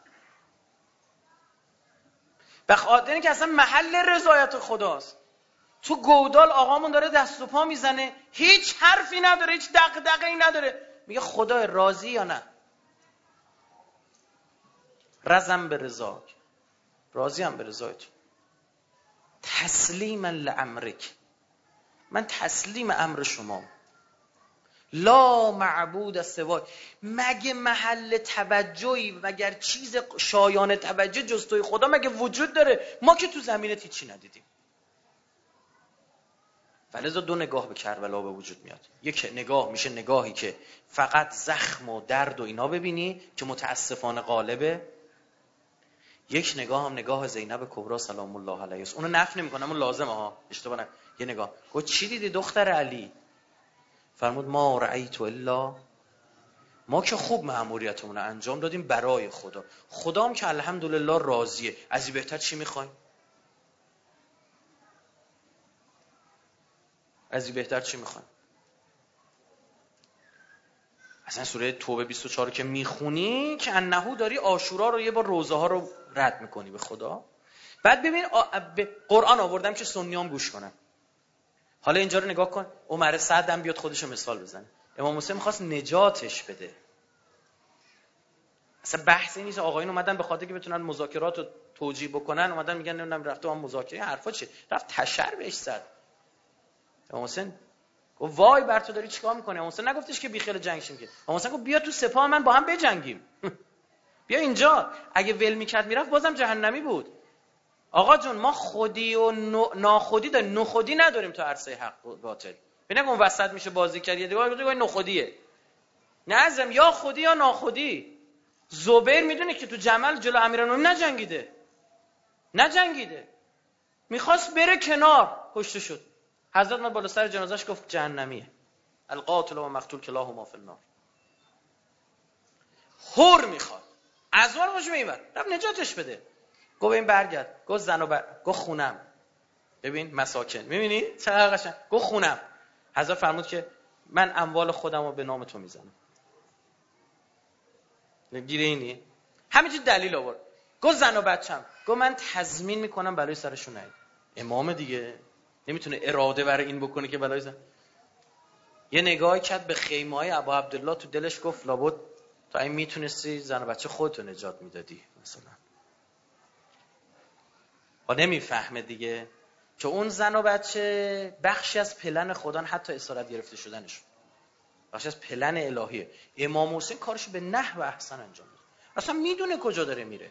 به خاطر اینکه اصلا محل رضایت خداست. تو گودال آقامون داره دست و پا میزنه، هیچ حرفی نداره، هیچ دغدغه‌ای نداره، میگه خدا راضی یا نه؟ رضم به رضاک، راضی ام به رضایت. تسلیما لامرک، من تسلیم امر شما. لا معبود سوای، مگه محل توجهی، مگر چیز شایان توجه جز توی خدا مگه وجود داره؟ ما که تو زمینت هیچی ندیدیم. فلذا دو نگاه به کربلا به وجود میاد. یک نگاه میشه نگاهی که فقط زخم و درد و اینا ببینی که متاسفانه غالبه. یک نگاه هم نگاه زینب کبرا سلام الله علیها است. اونو نفی نمی‌کنم، اون لازمه ها، اشتباه نکن. یه نگاه. گفت چی دیدی دختر علی؟ فرمود ما رأیت الا، ما که خوب مأموریتمون رو انجام دادیم برای خدا. خدام که الحمدلله راضیه. از این بهتر چی می‌خوایم؟ از این بهتر چی می‌خوایم؟ اصلا سوره توبه 24 که میخونی که انهو داری عاشورا رو یه بار روزه ها رو رد میکنی به خدا. بعد ببین قرآن آوردم که سنیام گوش کنن. حالا اینجا رو نگاه کن، عمر سعد هم بیاد خودشو مثال بزنه. امام حسین میخواست نجاتش بده. اصلا بحثی نیست آقایون اومدن به خاطر که بتونن مذاکرات رو توجیه بکنن، اومدن میگن نمیدونم رفته اون مذاکره، حرفا چیه؟ رفت تشر بهش زد. امام حسین گفت وای بر تو داری چیکار میکنی؟ امام حسین نگفتش که بیخیال جنگ شیم که. امام حسین گفت بیا تو سپاه من با هم بجنگیم. بیا اینجا. اگه ول میکرد میرفت بازم جهنمی بود. آقا جون ما خودی و ناخودی داریم، نخودی نداریم تو عرصه حق و باطل. ببین اون وسط میشه بازی کرد، یه دیگه نخودیه. نه ازم یا خودی یا ناخودی. زبیر میدونه که تو جمل جلو امیرالمومنین نجنگیده. میخواست بره کنار، کشته شد. حضرت ما بالا سر جنازش گفت جهنمیه. القاتل و مقتول کلاهما فی النار. هور میخواد از اون خوش میبر، رفت نجاتش بده. گفت این برگرد. گفت گفت خونم. ببین مساکن، میبینی چقدر قشنگ. گفت خونم. حضرت فرمود که من اموال خودم رو به نام تو میزنم. نگیره اینی همینجور دلیل آورد. گفت زن و بچم. گفت من تضمین میکنم بلای سرشون نیاد. امام دیگه نمیتونه اراده برای این بکنه که بلای یه نگاهی کرد به خیمه‌های ابا عبدالله، تو دلش گفت لابد تو این میتونستی زن و بچه خودتو نجات میدادی مثلا. و نمیفهمه دیگه که اون زن و بچه بخشی از پلن خدا، حتی اسارت گرفته شدنشون بخشی از پلن الهیه. امام حسین کارشو به نحو احسن انجام میده. اصلا میدونه کجا داره میره،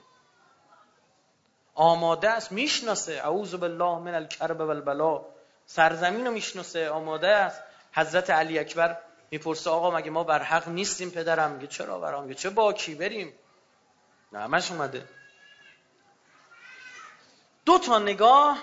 آماده است، میشناسه. اعوذ بالله من الکرب والبلا. سرزمینو میشناسه، آماده است. حضرت علی اکبر میپرسه آقا مگه ما بر حق نیستیم پدرم؟ میگه چرا برام؟ میگه چه باکی بریم. نه همش اومده. دو تا نگاه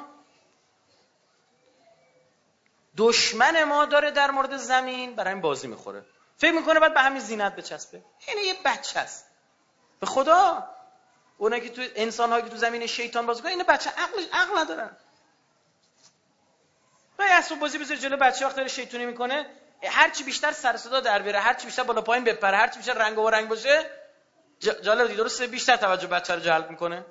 دشمن ما داره در مورد زمین، برای این بازی میخوره. فکر میکنه باید به همین زینت بچسبه. این یه بچه است. به خدا اونایی که تو انسان‌هایی که تو زمین شیطان بازی کنن، این بچه عقل ندارن. وای اسباب بازی بذار جلو بچه وقتی داره شیطونی میکنه، هر چی بیشتر سر صدا در بیاره، هر چی بیشتر بالا پایین بپره، هر چی بیشتر رنگ و رنگ باشه، جالب دیگه درسته بیشتر توجه بچه رو جلب میکنه.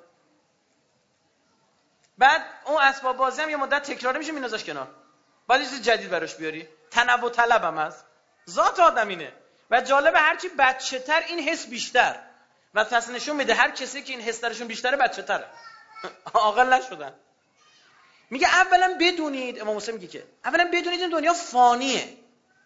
بعد اون اسباب بازی هم یه مدت تکرار میشه مینازش کنار. بعد یه چیز جدید براش بیاری. تنوع طلبم هست. ذات آدم اینه. و جالب هر چی بچه‌تر این حس بیشتر. و پس نشون میده هر کسی که این حس درشون بیشتره بچه‌تره. عاقل نشدن. میگه اولا بدونید، امام حسین میگه که اولا بدونید این دنیا فانیه.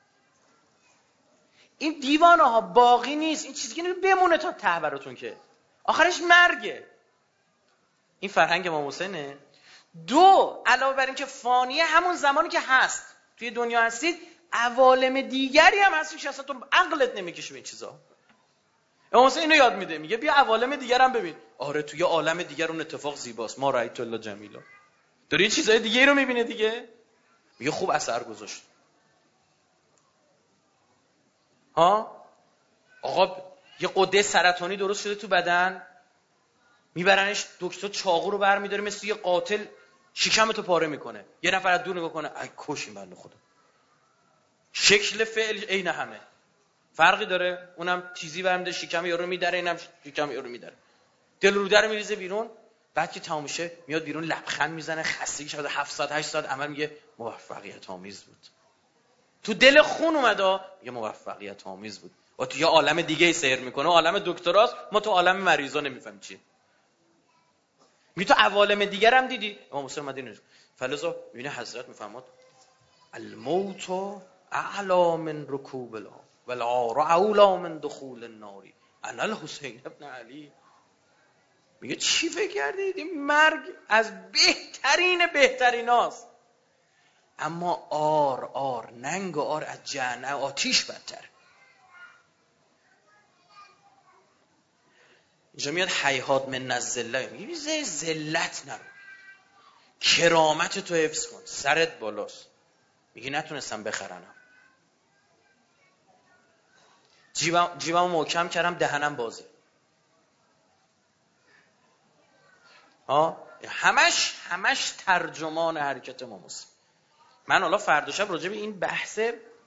این دیوانه ها باقی نیست. این چیزی که بمونه تا ته براتون که آخرش مرگه. این فرهنگ امام حسینه. دو، علاوه بر این که فانیه، همون زمانی که هست توی دنیا هستید عوالم دیگری هم هست که اصلا تو عقلت نمیکشه به این چیزا. امام حسین اینو یاد میده، میگه بیا عوالم دیگر هم ببین. آره توی عالم دیگر اون اتفاق زیباست. ما رأیت الله جمیلا. داره یه چیزای دیگه ای رو میبینه دیگه. میگه خوب اثر گذاشت. ها آقا یه غده سرطانی درست شده تو بدن، میبرنش دکتر، چاقو رو برمی‌داره مثل یه قاتل شکمتو پاره میکنه. یه نفر از دور نگاه کنه، ای کشیم بنده خدا. شکل فعل عین همه. فرقی داره؟ اونم تیزی برمی‌داره شکم یارو میدره، اینم شکم یارو میدره. دل رو در میریزه بیرون. بعد که تمام میشه میاد بیرون لبخند میزنه، خستگی شده 7 ساعت 8 ساعت عمل، میگه موفقیت آمیز بود. تو دل خون اومده، میگه موفقیت آمیز بود. و تو یه عالم دیگه ای سیر میکنه، عالم دکتراست، ما تو عالم مریضا نمیفهمیم چیه. میگه تو عوالم دیگر هم دیدی؟ امام حسین مدینه فلزا میبینه حضرت میفرماد الموت اعلی من رکوب الارض والعار اولی من دخول النار انا الحسین ابن علی. میگه چی فکر کردید؟ این مرگ از بهتریناست، اما آر ننگ و آر از جهنم آتیش بدتر. اینجا میاد حیحات من الذله، میگه ذلت نرو، کرامت تو حفظ کن، سرت بالاست. میگه نتونستم بخرنم، جیبمو محکم کردم، دهنم بازه. همش ترجمان حرکت امام حسین. من حالا فردا شب راجع به این بحث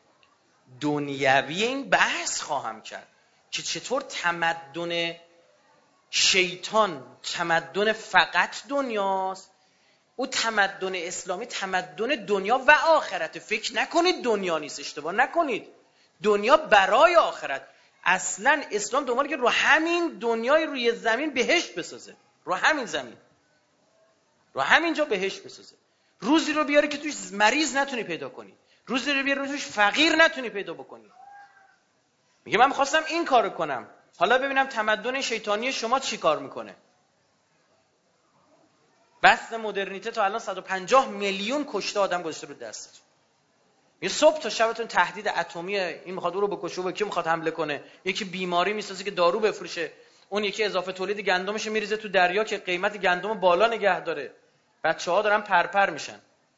دنیوی این بحث خواهم کرد که چطور تمدن شیطان تمدن فقط دنیاست، او تمدن اسلامی تمدن دنیا و آخرت. فکر نکنید دنیا نیست، اشتباه نکنید، دنیا برای آخرت. اصلا اسلام دنباله که رو همین دنیای روی زمین بهشت بسازه، رو همین زمین، رو همینجا بهشت بسازه. روزی رو بیاره که توش مریض نتونی پیدا کنی، روزی رو بیاره توش فقیر نتونی پیدا بکنی. میگه من میخواستم این کارو کنم، حالا ببینم تمدن شیطانی شما چی کار میکنه. بس مدرنیته تا الان 150 میلیون کشته آدم گذاشته رو دستش. یه صبح تا شبتون تهدید اتمی، این میخواد او رو بکشه، و کی میخواد حمله کنه، یکی بیماری میسازه که دارو بفروشه، اون یکی اضافه تولید گندمش میریزه تو دریا که قیمت گندم بالا نگه داره. بچه‌ها دارن پرپر میشن.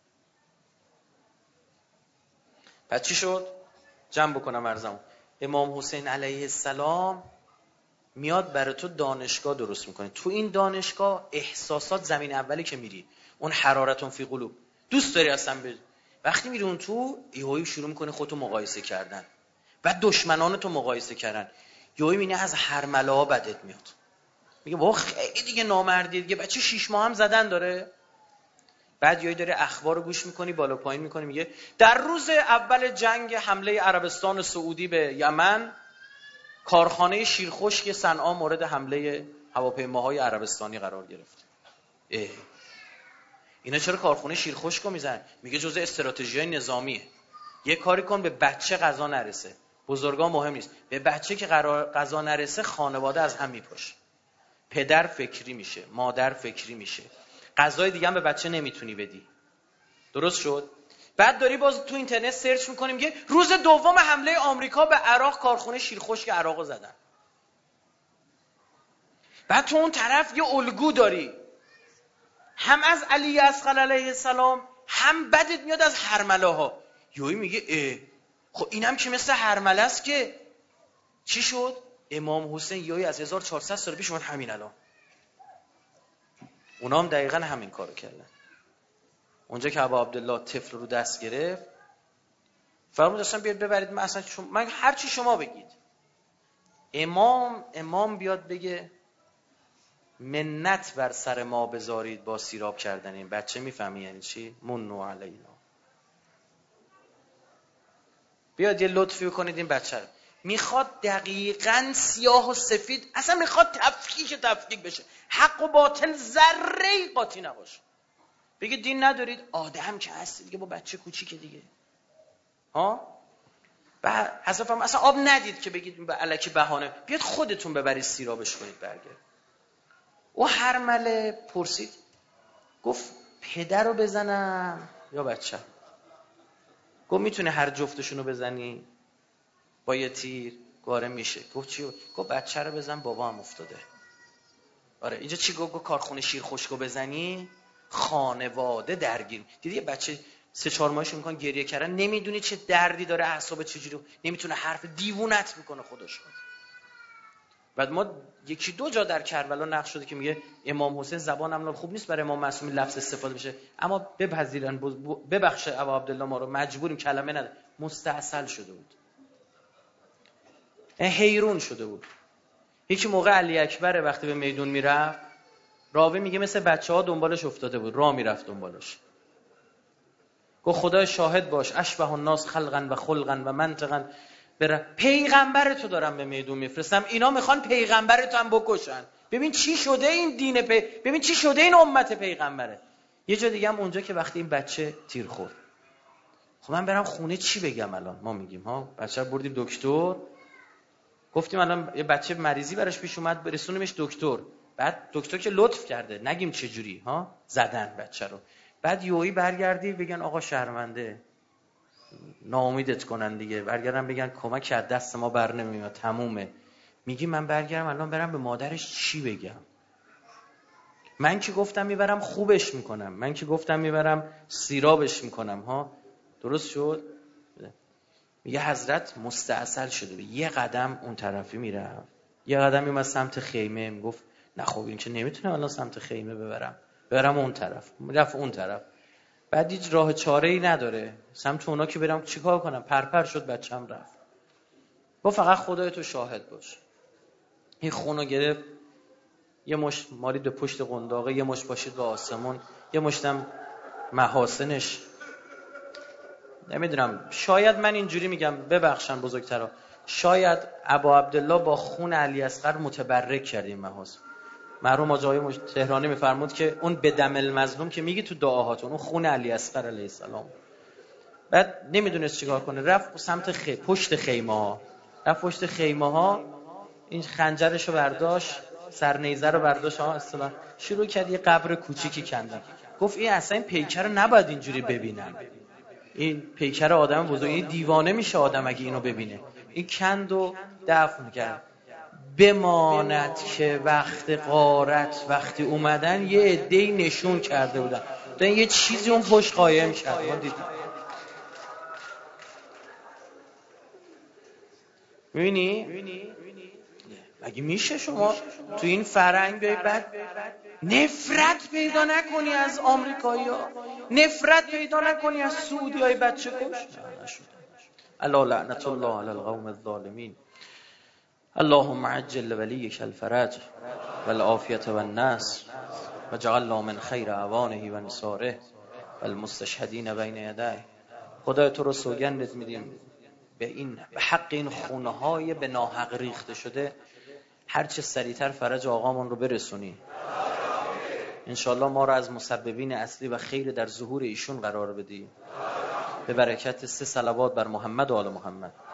بعد چی شد؟ جمع بکنم عرضمو. امام حسین علیه السلام میاد برای تو دانشگاه درست میکنه. تو این دانشگاه احساسات زمین اولی که میری، اون حرارتون فی قلوب، دوست داری اصلا وقتی میری اون تو یهویی شروع میکنه خودتو مقایسه کردن و دشمنانتو مقایسه کردن. یهویی میبینی از هرمله‌ها بدت میاد، میگه بابا خیلی دیگه نامردیه دیگه، بچه 6 ماه هم زدن داره. بعد یهویی داره اخبار رو گوش میکنی، بالا پایین میکنی، میگه در روز اول جنگ حمله عربستان سعودی به یمن، کارخانه شیرخشک صنعا مورد حمله هواپیماهای عربستانی قرار گرفت. اینا چرا کارخانه شیرخشک رو میزنن؟ میگه جزء استراتژی‌های نظامیه. یه کاری کن به بچه غذا نرسه. بزرگان مهم نیست، به بچه که غذا نرسه خانواده از هم میپاشه. پدر فکری میشه، مادر فکری میشه، غذای دیگه هم به بچه نمیتونی بدی. درست شد؟ بعد داری باز تو اینترنت سرچ میکنیم که روز دوم حمله آمریکا به عراق، کارخانه شیرخشک عراقو زدن. بعد تو اون طرف یه الگو داری، هم از علی اصغر علیه السلام، هم بدت میاد از هرمله ها. یوی میگه خب اینم که مثل هرمله است که چی شد؟ امام حسین یایی از 1400 سال پیش اومد همین الان. اونا هم دقیقاً همین کارو کردن. اونجا که ابا عبدالله طفل رو دست گرفت فرمود اصلا بیاد ببرید، من هر چی شما بگید. امام بیاد بگه منت بر سر ما بذارید با سیراب کردن این بچه. میفهمی یعنی چی؟ منو علینا. بیاد یه لطفی کنید این بچه رو. میخواد دقیقاً سیاه و سفید، اصلا میخواد تفکیک بشه، حق و باطل ذره قاطی نباشه. بگه دین ندارید، آدم که هستی دیگه، با بچه کوچیکه دیگه. بعد حذفم اصلا آب ندید که بگید الکی بهانه، بیاد خودتون ببرید سیرابش کنید برگرد. او هرمله پرسید، گفت پدر رو بزنم یا بچه؟ گفت میتونه هر جفتشون رو بزنی با یه تیر؟ گاره میشه. گفت چی؟ گفت بچه رو بزن، بابا هم افتاده. آره اینجا چی گفت؟ کارخونه شیر خشکو بزنی خانواده درگیر. دیدی یه بچه 3-4 ماهش میکنن گریه کردن، نمیدونی چه دردی داره، اعصاب چجوری، نمیتونه حرف، دیوونت میکنه خودش. بعد ما 1-2 جا در کربلا نقش شده که میگه امام حسین زبانم خوب نیست برای امام معصوم لفظ استفاده بشه، اما بپذیرن، ببخشه ابا عبدالله، ما رو مجبوریم، کلمه نده. مستعسل شده بود، حیرون شده بود. یکی موقع علی اکبر وقتی به میدون میرفت، راوی میگه مثل بچه‌ها دنبالش افتاده بود، راه میرفت دنبالش. گفت خدای شاهد باش، اشبه الناس خلقا و خلقا و منطقا، پیغمبر تو دارم به میدون میفرستم، اینا میخوان پیغمبر تو هم بکشن. ببین چی شده این دین ببین چی شده این امت پیغمبره. یه جا دیگه هم اونجا که وقتی این بچه تیر خورد، خب من برم خونه چی بگم الان؟ ما میگیم بچه رو بردیم دکتر، گفتیم الان یه بچه مریضی براش پیش اومد برسونیمش دکتر. بعد دکتر که لطف کرده، نگیم چه جوری زدن بچه رو. بعد یوهی برگردی بگن آقا شرمنده، ناامیدت کنن دیگه، برگردن بگن کمک از دست ما بر نمیاد، تمومه. میگی من برگردم الان برم به مادرش چی بگم؟ من که گفتم میبرم خوبش میکنم، من که گفتم میبرم سیرابش میکنم. درست شد؟ میگه حضرت مستعسل شده، یه قدم اون طرفی میرفت، یه قدم میومد سمت خیمه، میگفت نه خب این که نمیتونم الان سمت خیمه ببرم اون طرف. رفت اون طرف. بعد هیچ راه چاره‌ای نداره، سمت اونا که برم چیکار کنم؟ پرپر شد بچه‌م رفت. گفت فقط خدای تو شاهد باش. این خونو گرفت، یه مش مالید به پشت قنداقه، یه مش باشید به آسمون، یه مشتم محاسنش. نمیدونم، شاید من اینجوری میگم، ببخشن بزرگترا، شاید ابا عبدالله با خون علی اصغر متبرک کردیم محاسن. مرحوم آقای تهرانی میفرمود که اون به دم المظلوم که میگی تو دعاهاتون، اون خون علی اصغر علیه السلام. بعد نمیدونست چیکار کنه، رفت سمت پشت خیمه ها، پشت خیمه ها، این خنجرشو برداشت، سرنیزه رو برداشت، اصلا شروع کرد یه قبر کوچیکی کندن. گفت این اصلا این پیکر رو نباید اینجوری ببینن، این پیکر آدم بزرگ، این دیوانه میشه آدم اگه اینو ببینه. این کند و دفن کرد. بماند که وقت غارت وقتی اومدن یه عده‌ای نشون کرده بودن، یه چیزی اون پشت قایم کرد. ما دیدیم. می‌بینی؟ مگه میشه شما تو این فرهنگ بیای بعد نفرت پیدا نکنی از آمریکایی‌ها، نفرت پیدا نکنی از سعودیای بچه کش؟ الا لعنت الله علی القوم الظالمین. اللهم عجل لولیک الفرج والعافیة والنصر وجعلنا من خیر اعوانه و نصاره والمستشهدین بین یدیه. خدای تو رو سوگندت میدیم به حق این خونه‌های به ناحق ریخته شده، هر چه سریعتر فرج آقامون رو برسونی. انشالله ما رو از مسببین اصلی و خیر در ظهور ایشون قرار بدی، به برکت 3 صلوات بر محمد و آل محمد.